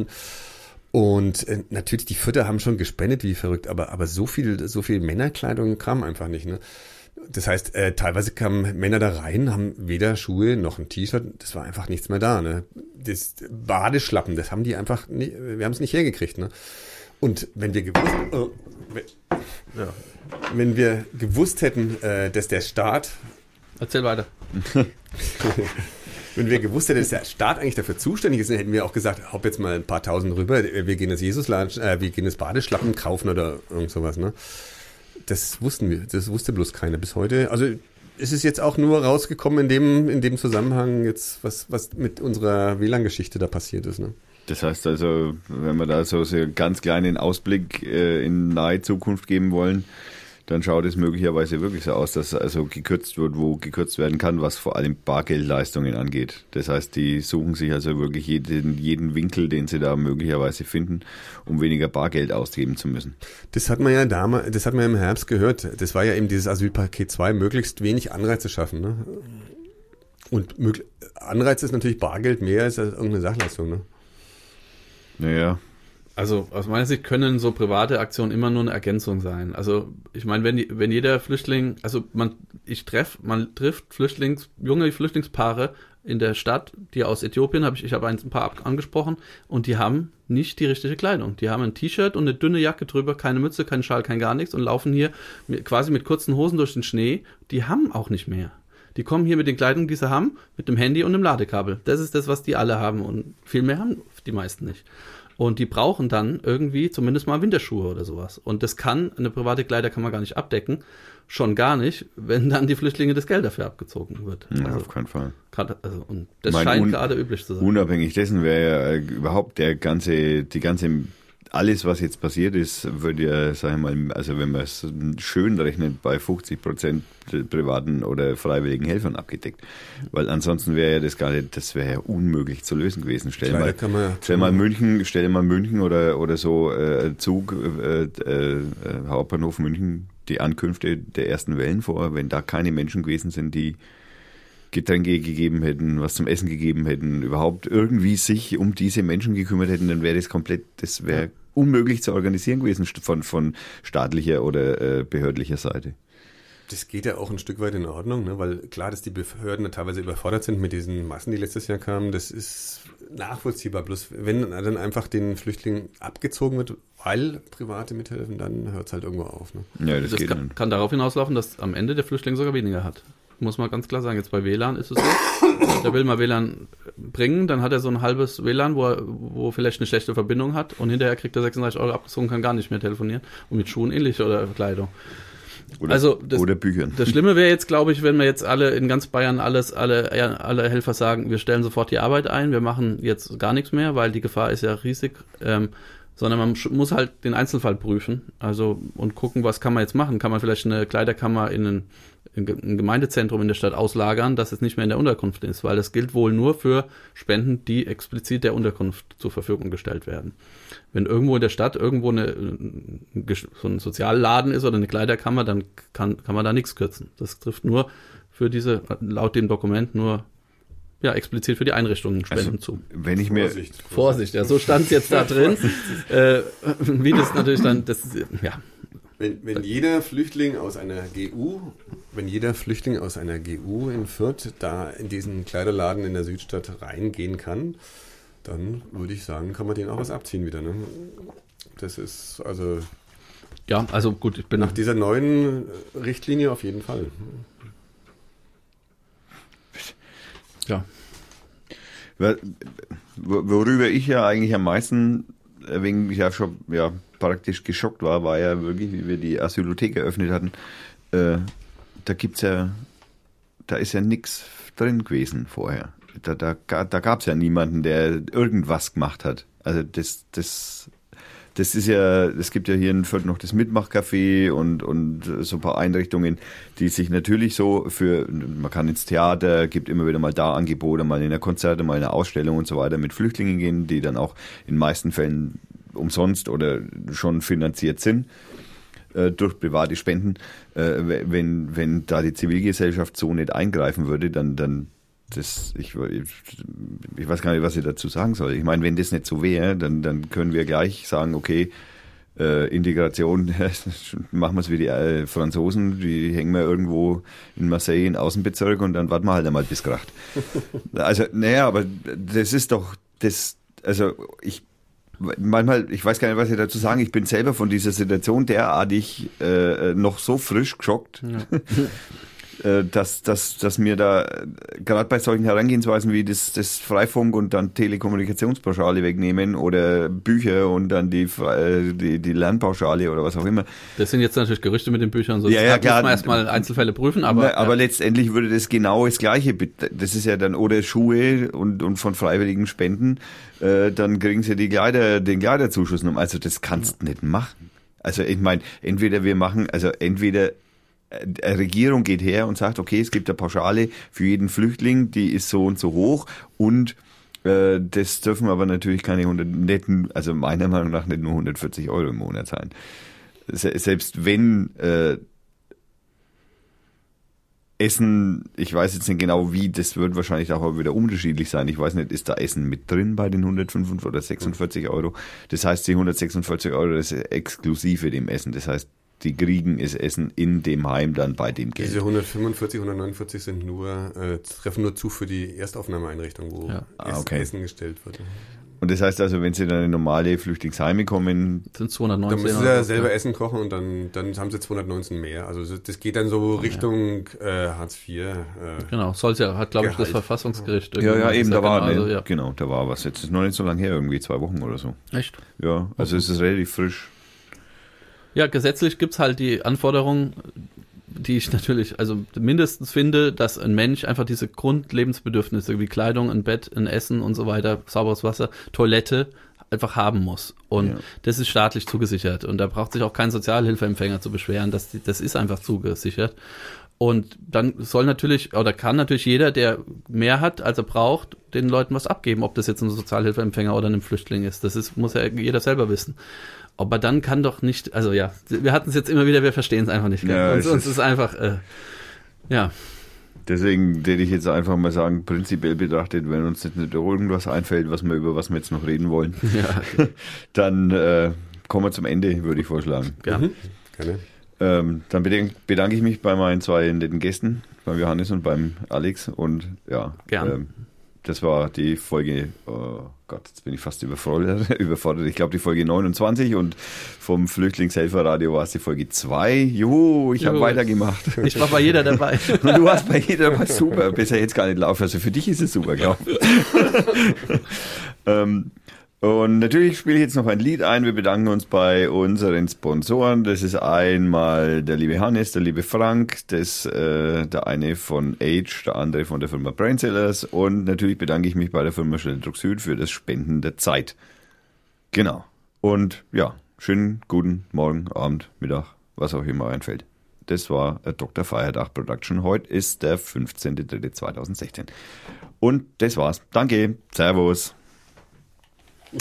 Und äh, natürlich, die Fürther haben schon gespendet wie verrückt, aber, aber so viel, so viel Männerkleidung kam einfach nicht, ne? Das heißt, äh, teilweise kamen Männer da rein, haben weder Schuhe noch ein T-Shirt, das war einfach nichts mehr da, ne? Das Badeschlappen, das haben die einfach, nie, wir haben es nicht hergekriegt, ne? Und wenn wir gewusst, oh, wenn, ja. wenn wir gewusst hätten, äh, dass der Staat... Erzähl weiter. Wenn wir gewusst hätten, dass der Staat eigentlich dafür zuständig ist, dann hätten wir auch gesagt, hopp jetzt mal ein paar Tausend rüber, wir gehen das Jesusladen, äh, wir gehen das Badeschlappen kaufen oder irgend sowas, ne? Das wussten wir, das wusste bloß keiner bis heute. Also es ist jetzt auch nur rausgekommen in dem, in dem Zusammenhang jetzt, was, was mit unserer W L A N-Geschichte da passiert ist, ne? Das heißt also, wenn wir da so einen ganz kleinen Ausblick äh, in nahe Zukunft geben wollen, dann schaut es möglicherweise wirklich so aus, dass also gekürzt wird, wo gekürzt werden kann, was vor allem Bargeldleistungen angeht. Das heißt, die suchen sich also wirklich jeden, jeden Winkel, den sie da möglicherweise finden, um weniger Bargeld ausgeben zu müssen. Das hat man ja damals, das hat man ja im Herbst gehört. Das war ja eben dieses Asylpaket zwei, möglichst wenig Anreize schaffen, ne? Und Anreiz ist natürlich Bargeld mehr als irgendeine Sachleistung, ne? Naja. Also aus meiner Sicht können so private Aktionen immer nur eine Ergänzung sein. Also ich meine, wenn die, wenn jeder Flüchtling, also man, ich treff, man trifft Flüchtlings, junge Flüchtlingspaare in der Stadt, die aus Äthiopien, habe ich, ich habe ein paar angesprochen, und die haben nicht die richtige Kleidung. Die haben ein T-Shirt und eine dünne Jacke drüber, keine Mütze, kein Schal, kein gar nichts, und laufen hier mit, quasi mit kurzen Hosen durch den Schnee. Die haben auch nicht mehr. Die kommen hier mit den Kleidungen, die sie haben, mit dem Handy und dem Ladekabel. Das ist das, was die alle haben, und viel mehr haben die meisten nicht. Und die brauchen dann irgendwie zumindest mal Winterschuhe oder sowas. Und das kann, eine private Kleiderkammer gar nicht abdecken. Schon gar nicht, wenn dann die Flüchtlinge das Geld dafür abgezogen wird. Ja, also, auf keinen Fall. Grad, also, und das mein, scheint un, gerade üblich zu sein. Unabhängig dessen wäre ja überhaupt der ganze, die ganze alles, was jetzt passiert ist, würde ja, sag ich mal, also wenn man es schön rechnet, bei fünfzig Prozent privaten oder freiwilligen Helfern abgedeckt. Weil ansonsten wäre ja das gar nicht, das wäre ja unmöglich zu lösen gewesen. Stell mal, stell mal München, stell mal München oder, oder so äh, Zug, äh, äh, Hauptbahnhof München, die Ankünfte der ersten Wellen vor, wenn da keine Menschen gewesen sind, die Getränke gegeben hätten, was zum Essen gegeben hätten, überhaupt irgendwie sich um diese Menschen gekümmert hätten, dann wäre das komplett, das wäre unmöglich zu organisieren gewesen von, von staatlicher oder äh, behördlicher Seite. Das geht ja auch ein Stück weit in Ordnung, ne? Weil klar, dass die Behörden da teilweise überfordert sind mit diesen Massen, die letztes Jahr kamen, das ist nachvollziehbar. Bloß wenn dann einfach den Flüchtlingen abgezogen wird, weil Private mithelfen, dann hört es halt irgendwo auf. Ne? Ja, das, das geht kann, kann darauf hinauslaufen, dass am Ende der Flüchtling sogar weniger hat. Muss man ganz klar sagen. Jetzt bei W L A N ist es so, der will mal W L A N bringen, dann hat er so ein halbes W L A N, wo er wo vielleicht eine schlechte Verbindung hat und hinterher kriegt er sechsunddreißig Euro abgezogen, kann gar nicht mehr telefonieren und mit Schuhen ähnlich oder Kleidung. Oder, also das, oder Büchern. Das Schlimme wäre jetzt, glaube ich, wenn wir jetzt alle in ganz Bayern alles, alle, alle Helfer sagen, wir stellen sofort die Arbeit ein, wir machen jetzt gar nichts mehr, weil die Gefahr ist ja riesig, ähm, sondern man muss halt den Einzelfall prüfen, also und gucken, was kann man jetzt machen. Kann man vielleicht eine Kleiderkammer in ein, in ein Gemeindezentrum in der Stadt auslagern, dass es nicht mehr in der Unterkunft ist, weil das gilt wohl nur für Spenden, die explizit der Unterkunft zur Verfügung gestellt werden. Wenn irgendwo in der Stadt irgendwo eine, so ein Sozialladen ist oder eine Kleiderkammer, dann kann, kann man da nichts kürzen. Das trifft nur für diese, laut dem Dokument nur ja, explizit für die Einrichtungen Spenden also, zu. Wenn ich mir Vorsicht, Vorsicht, ja, so stand es jetzt da drin. äh, wie das natürlich dann, das, ja. Wenn, wenn jeder Flüchtling aus einer G U, wenn jeder Flüchtling aus einer G U in Fürth da in diesen Kleiderladen in der Südstadt reingehen kann, dann würde ich sagen, kann man denen auch was abziehen wieder. Ne? Das ist also. Ja, also gut, ich bin. Nach dieser neuen Richtlinie auf jeden Fall. Ja. Worüber ich ja eigentlich am meisten, wegen ich ja schon ja, praktisch geschockt war, war ja wirklich, wie wir die Asylothek eröffnet hatten. Äh, da gibt's ja, da ist ja nichts drin gewesen vorher. Da, da, da gab es ja niemanden, der irgendwas gemacht hat. Also das, das, das ist ja, es gibt ja hier in Fürth noch das Mitmachcafé und, und so ein paar Einrichtungen, die sich natürlich so für, man kann ins Theater, gibt immer wieder mal da Angebote, mal in einer Konzerte, mal in einer Ausstellung und so weiter mit Flüchtlingen gehen, die dann auch in den meisten Fällen umsonst oder schon finanziert sind äh, durch private Spenden. Äh, wenn, wenn da die Zivilgesellschaft so nicht eingreifen würde, dann, dann Das, ich, ich weiß gar nicht, was ich dazu sagen soll. Ich meine, wenn das nicht so wäre, dann, dann können wir gleich sagen, okay, äh, Integration, machen wir es wie die äh, Franzosen, die hängen wir irgendwo in Marseille in Außenbezirk und dann warten wir halt einmal bis Gracht. Also, naja, aber das ist doch, das, also ich, manchmal, ich weiß gar nicht, was ich dazu sagen, ich bin selber von dieser Situation derartig äh, noch so frisch geschockt. Ja. Dass, dass, dass mir da gerade bei solchen Herangehensweisen wie das, das Freifunk und dann Telekommunikationspauschale wegnehmen oder Bücher und dann die, die, die Lernpauschale oder was auch immer. Das sind jetzt natürlich Gerüchte mit den Büchern, so ja, ja, klar. muss man erstmal Einzelfälle prüfen. Aber, aber ja. letztendlich würde das genau das Gleiche, das ist ja dann, oder Schuhe und, und von freiwilligen Spenden, äh, dann kriegen sie die Kleider, den Kleiderzuschuss noch. Also das kannst du ja. nicht machen. Also ich meine, entweder wir machen, also entweder eine Regierung geht her und sagt, okay, es gibt eine Pauschale für jeden Flüchtling, die ist so und so hoch und äh, das dürfen aber natürlich keine hundert netten, also meiner Meinung nach nicht nur hundertvierzig Euro im Monat sein. Se- selbst wenn äh, Essen, ich weiß jetzt nicht genau wie, das wird wahrscheinlich auch wieder unterschiedlich sein. Ich weiß nicht, ist da Essen mit drin bei den hundertfünfundvierzig oder sechsundvierzig Euro? Das heißt, die hundertsechsundvierzig Euro, das ist exklusive dem Essen. Das heißt, die kriegen es Essen in dem Heim dann bei dem Geld. Diese hundertfünfundvierzig, hundertneunundvierzig sind nur, äh, treffen nur zu für die Erstaufnahmeeinrichtung, wo ja. ah, okay. Essen gestellt wird. Und das heißt also, wenn sie dann in normale Flüchtlingsheime kommen, sind zweihundertneunzehn. Dann müssen sie ja selber Essen kochen und dann, dann haben sie zweihundertneunzehn mehr. Also das geht dann so Richtung äh, Hartz vier. Äh, genau, soll's ja, hat glaube ich das Verfassungsgericht. Ja, ja, eben, da war, genau, ne, also, ja. genau, da war was. Jetzt ist noch nicht so lange her, irgendwie zwei Wochen oder so. Echt? Ja, also okay. Es ist relativ frisch. Ja, gesetzlich gibt's halt die Anforderungen, die ich natürlich, also mindestens finde, dass ein Mensch einfach diese Grundlebensbedürfnisse wie Kleidung, ein Bett, ein Essen und so weiter, sauberes Wasser, Toilette einfach haben muss. Und ja. das ist staatlich zugesichert. Und da braucht sich auch kein Sozialhilfeempfänger zu beschweren. Das, das ist einfach zugesichert. Und dann soll natürlich, oder kann natürlich jeder, der mehr hat, als er braucht, den Leuten was abgeben, ob das jetzt ein Sozialhilfeempfänger oder ein Flüchtling ist. Das ist, muss ja jeder selber wissen. Aber dann kann doch nicht, also ja, wir hatten es jetzt immer wieder, wir verstehen es einfach nicht. Ja, uns, uns ist einfach, äh, ja. Deswegen würde ich jetzt einfach mal sagen, prinzipiell betrachtet, wenn uns nicht irgendwas einfällt, was wir über was wir jetzt noch reden wollen, ja, okay. dann äh, kommen wir zum Ende, würde ich vorschlagen. Ja, mhm. Gerne. Ähm, dann bedanke ich mich bei meinen zwei netten Gästen, beim Johannes und beim Alex. Und ja, ähm, das war die Folge, oh Gott, jetzt bin ich fast überfordert. überfordert. Ich glaube, die Folge neunundzwanzig und vom Flüchtlingshelferradio war es die Folge zwei. Juhu, ich habe weitergemacht. Ich war bei jeder dabei. Und du warst bei jeder dabei, super. Besser jetzt gar nicht laufen. Also für dich ist es super, glaube ich. ähm, Und natürlich spiele ich jetzt noch ein Lied ein. Wir bedanken uns bei unseren Sponsoren. Das ist einmal der liebe Hannes, der liebe Frank, das, äh, der eine von Age, der andere von der Firma Brainsellers. Und natürlich bedanke ich mich bei der Firma Schnelldruck Süd für das Spenden der Zeit. Genau. Und ja, schönen guten Morgen, Abend, Mittag, was auch immer einfällt. Das war Doktor Feiertag Production. Heute ist der fünfzehnter dritter zweitausendsechzehn. Und das war's. Danke. Servus.